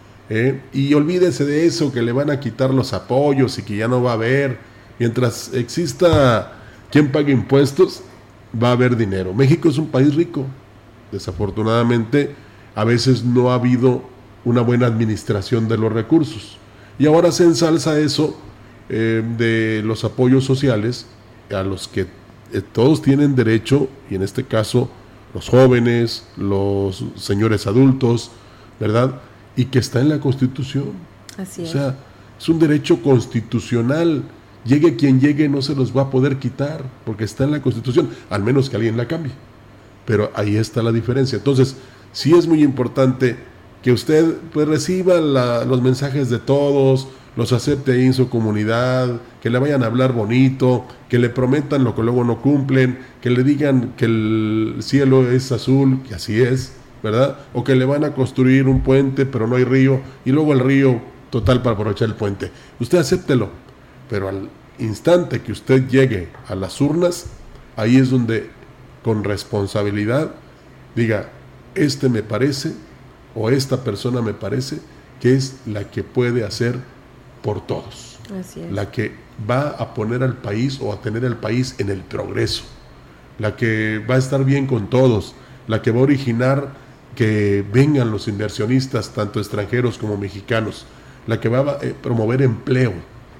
Y olvídese de eso, que le van a quitar los apoyos y que ya no va a haber. Mientras exista quien pague impuestos, va a haber dinero. México es un país rico. Desafortunadamente, a veces no ha habido una buena administración de los recursos. Y ahora se ensalza eso de los apoyos sociales a los que todos tienen derecho, y en este caso los jóvenes, los señores adultos, ¿verdad? Y que está en la Constitución. Así es. O sea, es un derecho constitucional. Llegue quien llegue, no se los va a poder quitar, porque está en la Constitución, al menos que alguien la cambie. Pero ahí está la diferencia. Entonces, sí es muy importante que usted pues reciba los mensajes de todos, los acepte ahí en su comunidad, que le vayan a hablar bonito, que le prometan lo que luego no cumplen, que le digan que el cielo es azul, que así es, ¿verdad? O que le van a construir un puente, pero no hay río, y luego el río total para aprovechar el puente. Usted acéptelo, pero al instante que usted llegue a las urnas, ahí es donde con responsabilidad diga, me parece, o esta persona me parece que es la que puede hacer por todos. Así es. La que va a poner al país o a tener al país en el progreso, la que va a estar bien con todos, la que va a originar que vengan los inversionistas, tanto extranjeros como mexicanos, la que va a promover empleo,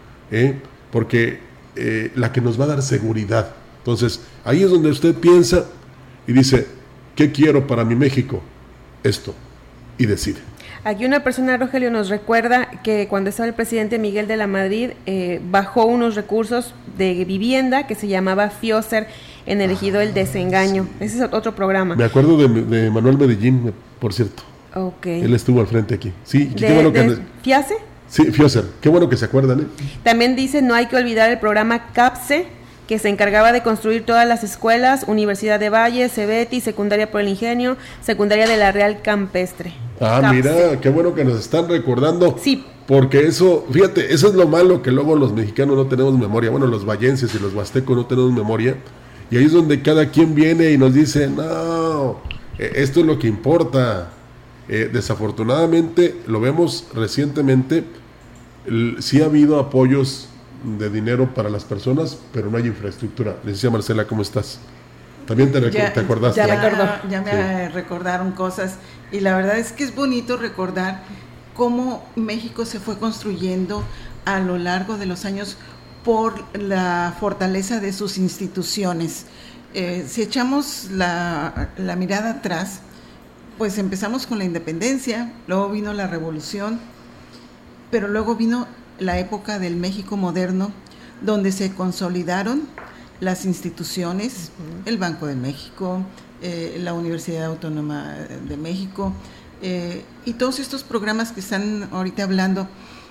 porque la que nos va a dar seguridad. Entonces, ahí es donde usted piensa y dice, ¿qué quiero para mi México? Esto, y decide. Aquí una persona, Rogelio, nos recuerda que cuando estaba el presidente Miguel de la Madrid, bajó unos recursos de vivienda que se llamaba FIOSER en el ejido El Desengaño. Ese es otro programa. Me acuerdo de Manuel Medellín, por cierto. Okay. Él estuvo al frente aquí. Sí, qué bueno que ¿FIASE? Sí, FIOSER. Qué bueno que se acuerdan, También dice, no hay que olvidar el programa CAPSE, que se encargaba de construir todas las escuelas, Universidad de Valle, CEBETI, Secundaria por el Ingenio, Secundaria de la Real Campestre. CAPSE. Mira, qué bueno que nos están recordando. Sí. Porque eso, fíjate, eso es lo malo, que luego los mexicanos no tenemos memoria. Bueno, los vallenses y los huastecos no tenemos memoria. Y ahí es donde cada quien viene y nos dice, no, esto es lo que importa. Desafortunadamente, lo vemos recientemente, sí ha habido apoyos de dinero para las personas, pero no hay infraestructura. Le decía Marcela, ¿cómo estás? También te acordaste. Ya me recordaron cosas, y la verdad es que es bonito recordar cómo México se fue construyendo a lo largo de los años por la fortaleza de sus instituciones. Si echamos la mirada atrás, pues empezamos con la independencia, luego vino la revolución, pero luego vino la época del México moderno, donde se consolidaron las instituciones, el Banco de México, la Universidad Autónoma de México, y todos estos programas que están ahorita hablando,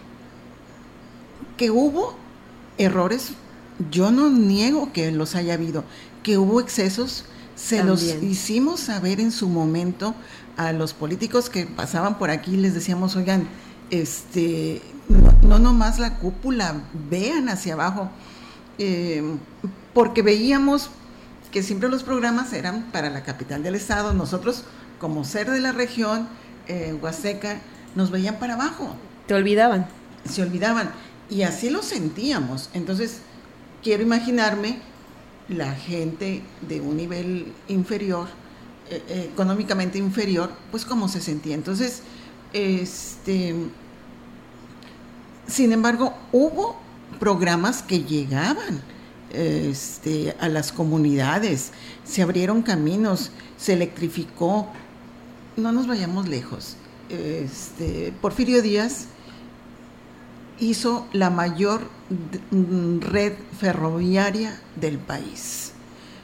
que hubo errores, yo no niego que los haya habido, que hubo excesos, se también los hicimos saber en su momento a los políticos que pasaban por aquí, les decíamos, oigan, no nomás la cúpula, vean hacia abajo, porque veíamos que siempre los programas eran para la capital del estado. Nosotros, como ser de la región huasteca, nos veían para abajo. Se olvidaban, y así lo sentíamos. Entonces, quiero imaginarme la gente de un nivel inferior, económicamente inferior, pues cómo se sentía. Entonces, sin embargo, hubo programas que llegaban a las comunidades, se abrieron caminos, se electrificó. No nos vayamos lejos. Porfirio Díaz hizo la mayor red ferroviaria del país.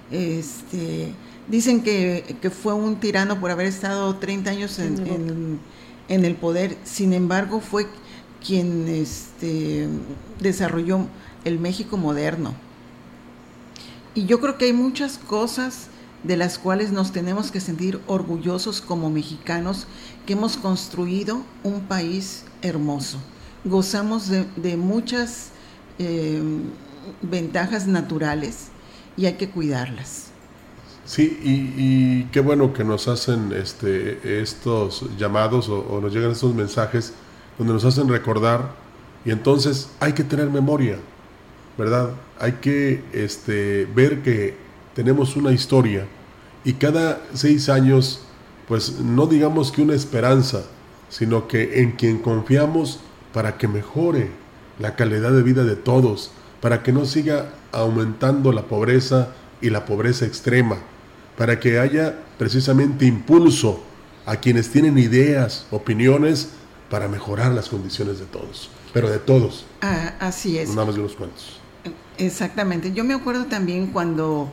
Dicen que fue un tirano por haber estado 30 años en el poder. Sin embargo, fue quien desarrolló el México moderno. Y yo creo que hay muchas cosas de las cuales nos tenemos que sentir orgullosos como mexicanos, que hemos construido un país hermoso. Gozamos de muchas ventajas naturales y hay que cuidarlas. Sí, y qué bueno que nos hacen estos llamados o nos llegan estos mensajes donde nos hacen recordar, y entonces hay que tener memoria, ¿verdad? Hay que ver que tenemos una historia, y cada 6 años, pues no digamos que una esperanza, sino que en quien confiamos para que mejore la calidad de vida de todos, para que no siga aumentando la pobreza y la pobreza extrema, para que haya precisamente impulso a quienes tienen ideas, opiniones, para mejorar las condiciones de todos, pero de todos. Así es. No nada más de unos cuantos. Exactamente. Yo me acuerdo también cuando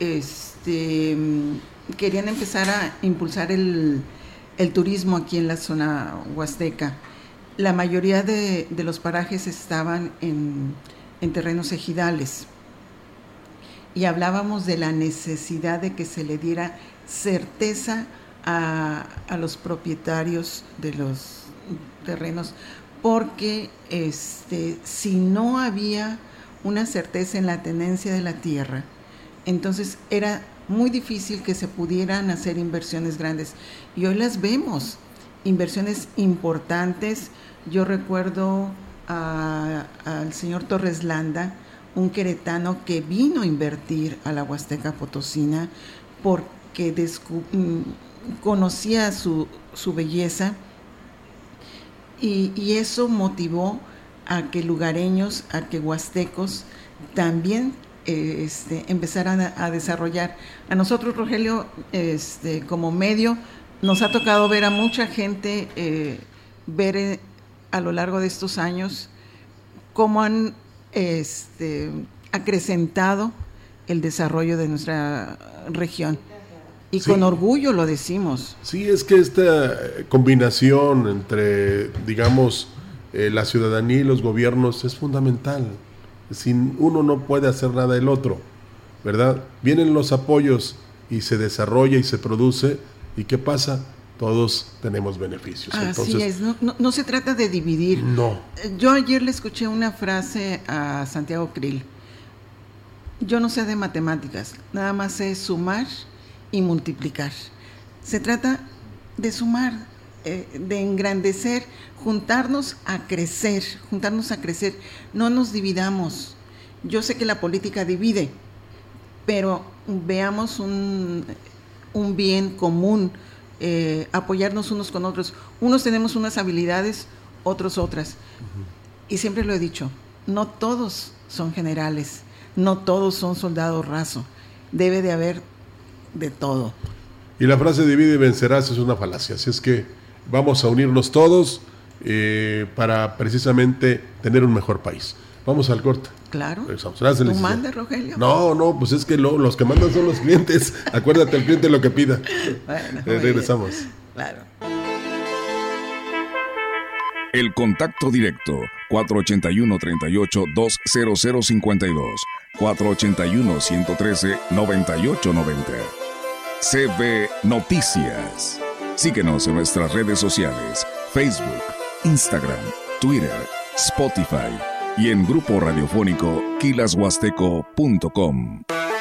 querían empezar a impulsar el turismo aquí en la zona huasteca. La mayoría de los parajes estaban en terrenos ejidales, y hablábamos de la necesidad de que se le diera certeza a los propietarios de los terrenos, porque si no había una certeza en la tenencia de la tierra, entonces era muy difícil que se pudieran hacer inversiones grandes, y hoy las vemos. inversiones importantes. Yo recuerdo al señor Torres Landa, un queretano que vino a invertir a la Huasteca Potosina porque conocía su belleza, y eso motivó a que lugareños, a que huastecos también empezaran a desarrollar. A nosotros, Rogelio, como medio, nos ha tocado ver a mucha gente ver a lo largo de estos años cómo han acrecentado el desarrollo de nuestra región. Y sí, con orgullo lo decimos. Sí, es que esta combinación entre, digamos, la ciudadanía y los gobiernos es fundamental. Sin uno no puede hacer nada el otro, ¿verdad? Vienen los apoyos y se desarrolla y se produce, ¿y qué pasa? Todos tenemos beneficios. Así es, no se trata de dividir. No. Yo ayer le escuché una frase a Santiago Krill. Yo no sé de matemáticas, nada más sé sumar y multiplicar. Se trata de sumar, de engrandecer, juntarnos a crecer, no nos dividamos. Yo sé que la política divide, pero veamos un bien común, apoyarnos unos con otros. Unos tenemos unas habilidades, otros otras. Y siempre lo he dicho, no todos son generales, no todos son soldados raso, debe de haber de todo. Y la frase divide y vencerás es una falacia, así es que vamos a unirnos todos para precisamente tener un mejor país. Vamos al corte. Claro. Gracias, ¿Tú mandas, Rogelio? No, pues es que los que mandan son los clientes. Acuérdate, el cliente lo que pida. Bueno, regresamos. Claro. El contacto directo 481-38-20052 481-113-9890. CB Noticias. Síguenos en nuestras redes sociales, Facebook, Instagram, Twitter, Spotify y en grupo radiofónico quilashuasteco.com.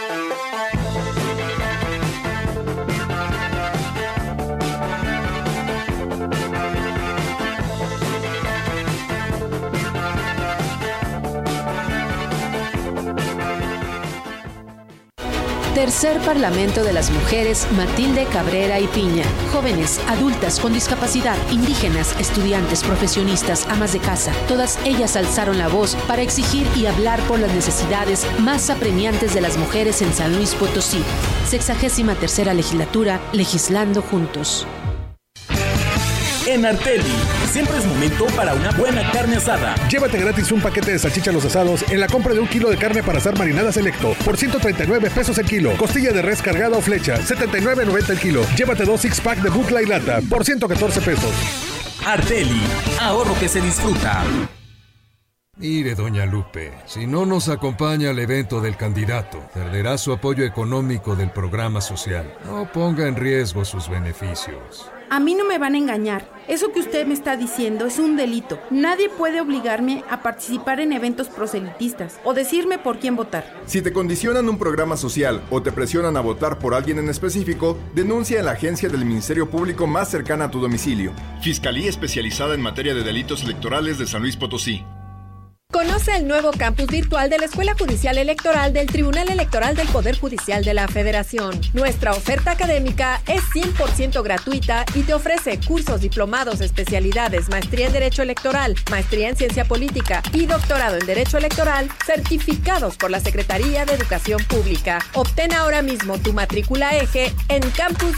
Tercer Parlamento de las Mujeres Matilde Cabrera y Piña. Jóvenes, adultas con discapacidad, indígenas, estudiantes, profesionistas, amas de casa. Todas ellas alzaron la voz para exigir y hablar por las necesidades más apremiantes de las mujeres en San Luis Potosí. 63ª legislatura, legislando juntos. En Arteli, siempre es momento para una buena carne asada. Llévate gratis un paquete de salchichas Los Asados en la compra de 1 kilo de carne para asar marinada selecto por 139 pesos el kilo. Costilla de res cargada o flecha, 79.90 el kilo. Llévate 2 six-pack de butla y lata por 114 pesos. Arteli, ahorro que se disfruta. Mire, doña Lupe, si no nos acompaña al evento del candidato, perderá su apoyo económico del programa social. No ponga en riesgo sus beneficios. A mí no me van a engañar. Eso que usted me está diciendo es un delito. Nadie puede obligarme a participar en eventos proselitistas o decirme por quién votar. Si te condicionan un programa social o te presionan a votar por alguien en específico, denuncia en la agencia del Ministerio Público más cercana a tu domicilio. Fiscalía especializada en materia de delitos electorales de San Luis Potosí. Conoce el nuevo campus virtual de la Escuela Judicial Electoral del Tribunal Electoral del Poder Judicial de la Federación. Nuestra oferta académica es 100% gratuita y te ofrece cursos, diplomados, especialidades, maestría en Derecho Electoral, maestría en Ciencia Política y doctorado en Derecho Electoral, certificados por la Secretaría de Educación Pública. Obtén ahora mismo tu matrícula eje en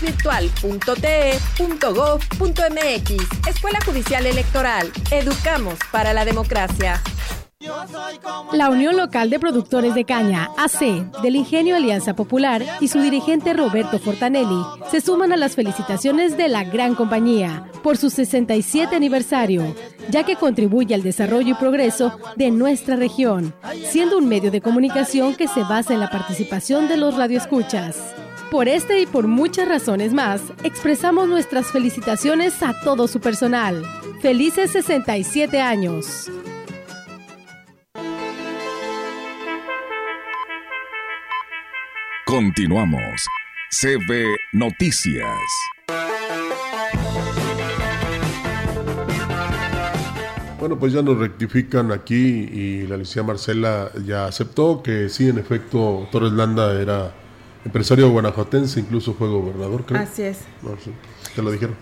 campusvirtual.te.gov.mx. Escuela Judicial Electoral. Educamos para la democracia. La Unión Local de Productores de Caña, AC, del Ingenio Alianza Popular y su dirigente Roberto Fortanelli se suman a las felicitaciones de la gran compañía por su 67 aniversario, ya que contribuye al desarrollo y progreso de nuestra región, siendo un medio de comunicación que se basa en la participación de los radioescuchas. Por este y por muchas razones más, expresamos nuestras felicitaciones a todo su personal. ¡Felices 67 años! Continuamos. CB Noticias. Bueno, pues ya nos rectifican aquí y la licenciada Marcela ya aceptó que sí, en efecto, Torres Landa era empresario guanajuatense, incluso fue gobernador, creo. Así es. No, sí. ¿Te lo dijeron?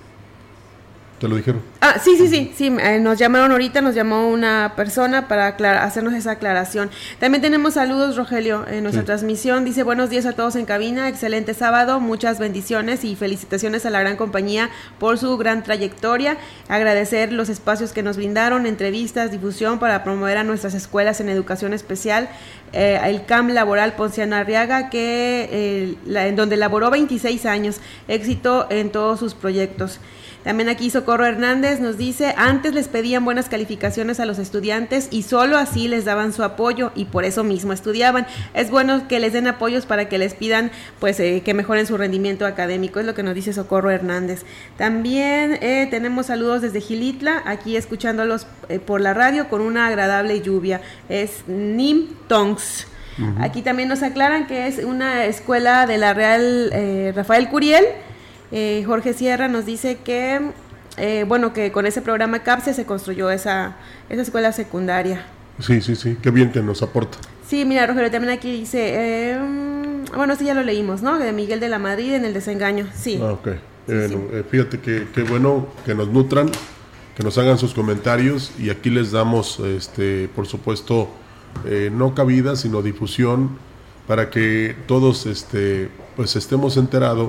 Sí, nos llamaron ahorita, nos llamó una persona para hacernos esa aclaración. También tenemos saludos, Rogelio, en nuestra transmisión. Dice, buenos días a todos en cabina, excelente sábado, muchas bendiciones y felicitaciones a la gran compañía por su gran trayectoria. Agradecer los espacios que nos brindaron, entrevistas, difusión para promover a nuestras escuelas en educación especial. El CAM Laboral Ponciano Arriaga, en donde laboró 26 años, éxito en todos sus proyectos. También aquí Socorro Hernández nos dice, antes les pedían buenas calificaciones a los estudiantes y solo así les daban su apoyo y por eso mismo estudiaban. Es bueno que les den apoyos para que les pidan pues que mejoren su rendimiento académico, es lo que nos dice Socorro Hernández. También tenemos saludos desde Gilitla, aquí escuchándolos por la radio con una agradable lluvia. Es Nim Tongs. Uh-huh. Aquí también nos aclaran que es una escuela de la Real Rafael Curiel. Jorge Sierra nos dice que que con ese programa CAPSE se construyó esa escuela secundaria. Sí, qué bien que nos aporta. Sí, mira, Rogelio, también aquí dice, sí, ya lo leímos, ¿no? De Miguel de la Madrid en El Desengaño, sí. Ah, ok. Fíjate que bueno que nos nutran, que nos hagan sus comentarios y aquí les damos, por supuesto, no cabida, sino difusión para que todos, pues estemos enterados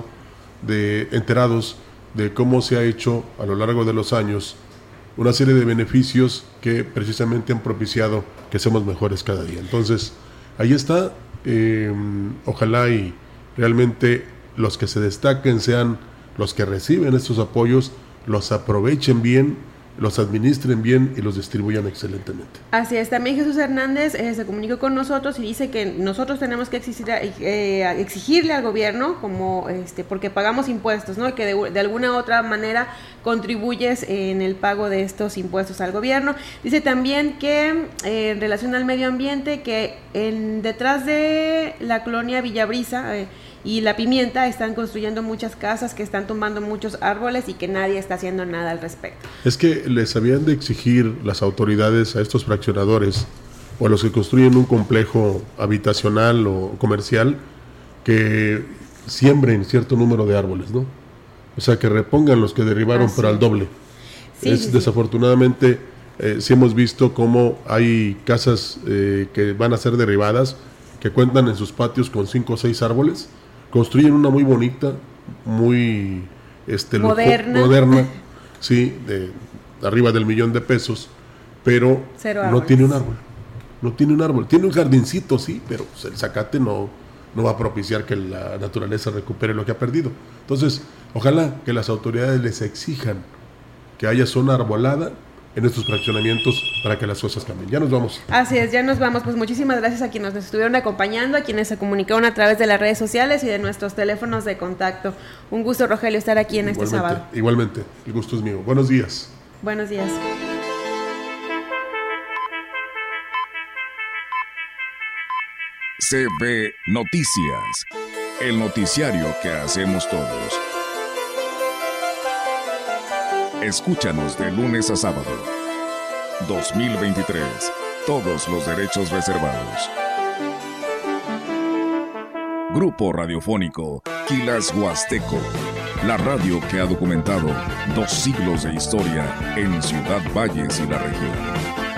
de cómo se ha hecho a lo largo de los años una serie de beneficios que precisamente han propiciado que seamos mejores cada día. Entonces, ahí está, ojalá y realmente los que se destaquen sean los que reciben estos apoyos, los aprovechen bien, los administren bien y los distribuyan excelentemente. Así es, también Jesús Hernández se comunicó con nosotros y dice que nosotros tenemos que exigirle al gobierno como porque pagamos impuestos, ¿no? Y que de alguna u otra manera contribuyes en el pago de estos impuestos al gobierno. Dice también que en relación al medio ambiente, que detrás de la colonia Villabrisa y La Pimienta están construyendo muchas casas, que están tumbando muchos árboles y que nadie está haciendo nada al respecto. Es que les habían de exigir las autoridades a estos fraccionadores o a los que construyen un complejo habitacional o comercial que siembren cierto número de árboles, ¿no? O sea, que repongan los que derribaron, pero al doble. Desafortunadamente, sí hemos visto cómo hay casas que van a ser derribadas, que cuentan en sus patios con 5 o 6 árboles, construyen una muy bonita, muy moderna, sí, de arriba del $1,000,000, pero no tiene un árbol. Tiene un jardincito, sí, pero el zacate no va a propiciar que la naturaleza recupere lo que ha perdido. Entonces, ojalá que las autoridades les exijan que haya zona arbolada en estos fraccionamientos para que las cosas cambien. Ya nos vamos. Así es, ya nos vamos. Pues muchísimas gracias a quienes nos estuvieron acompañando, a quienes se comunicaron a través de las redes sociales y de nuestros teléfonos de contacto. Un gusto, Rogelio, estar aquí en este sábado. Igualmente, el gusto es mío. Buenos días. Buenos días. CB Noticias, el noticiario que hacemos todos. Escúchanos de lunes a sábado. 2023. Todos los derechos reservados. Grupo radiofónico Quilas Huasteco. La radio que ha documentado 2 siglos de historia en Ciudad Valles y la región.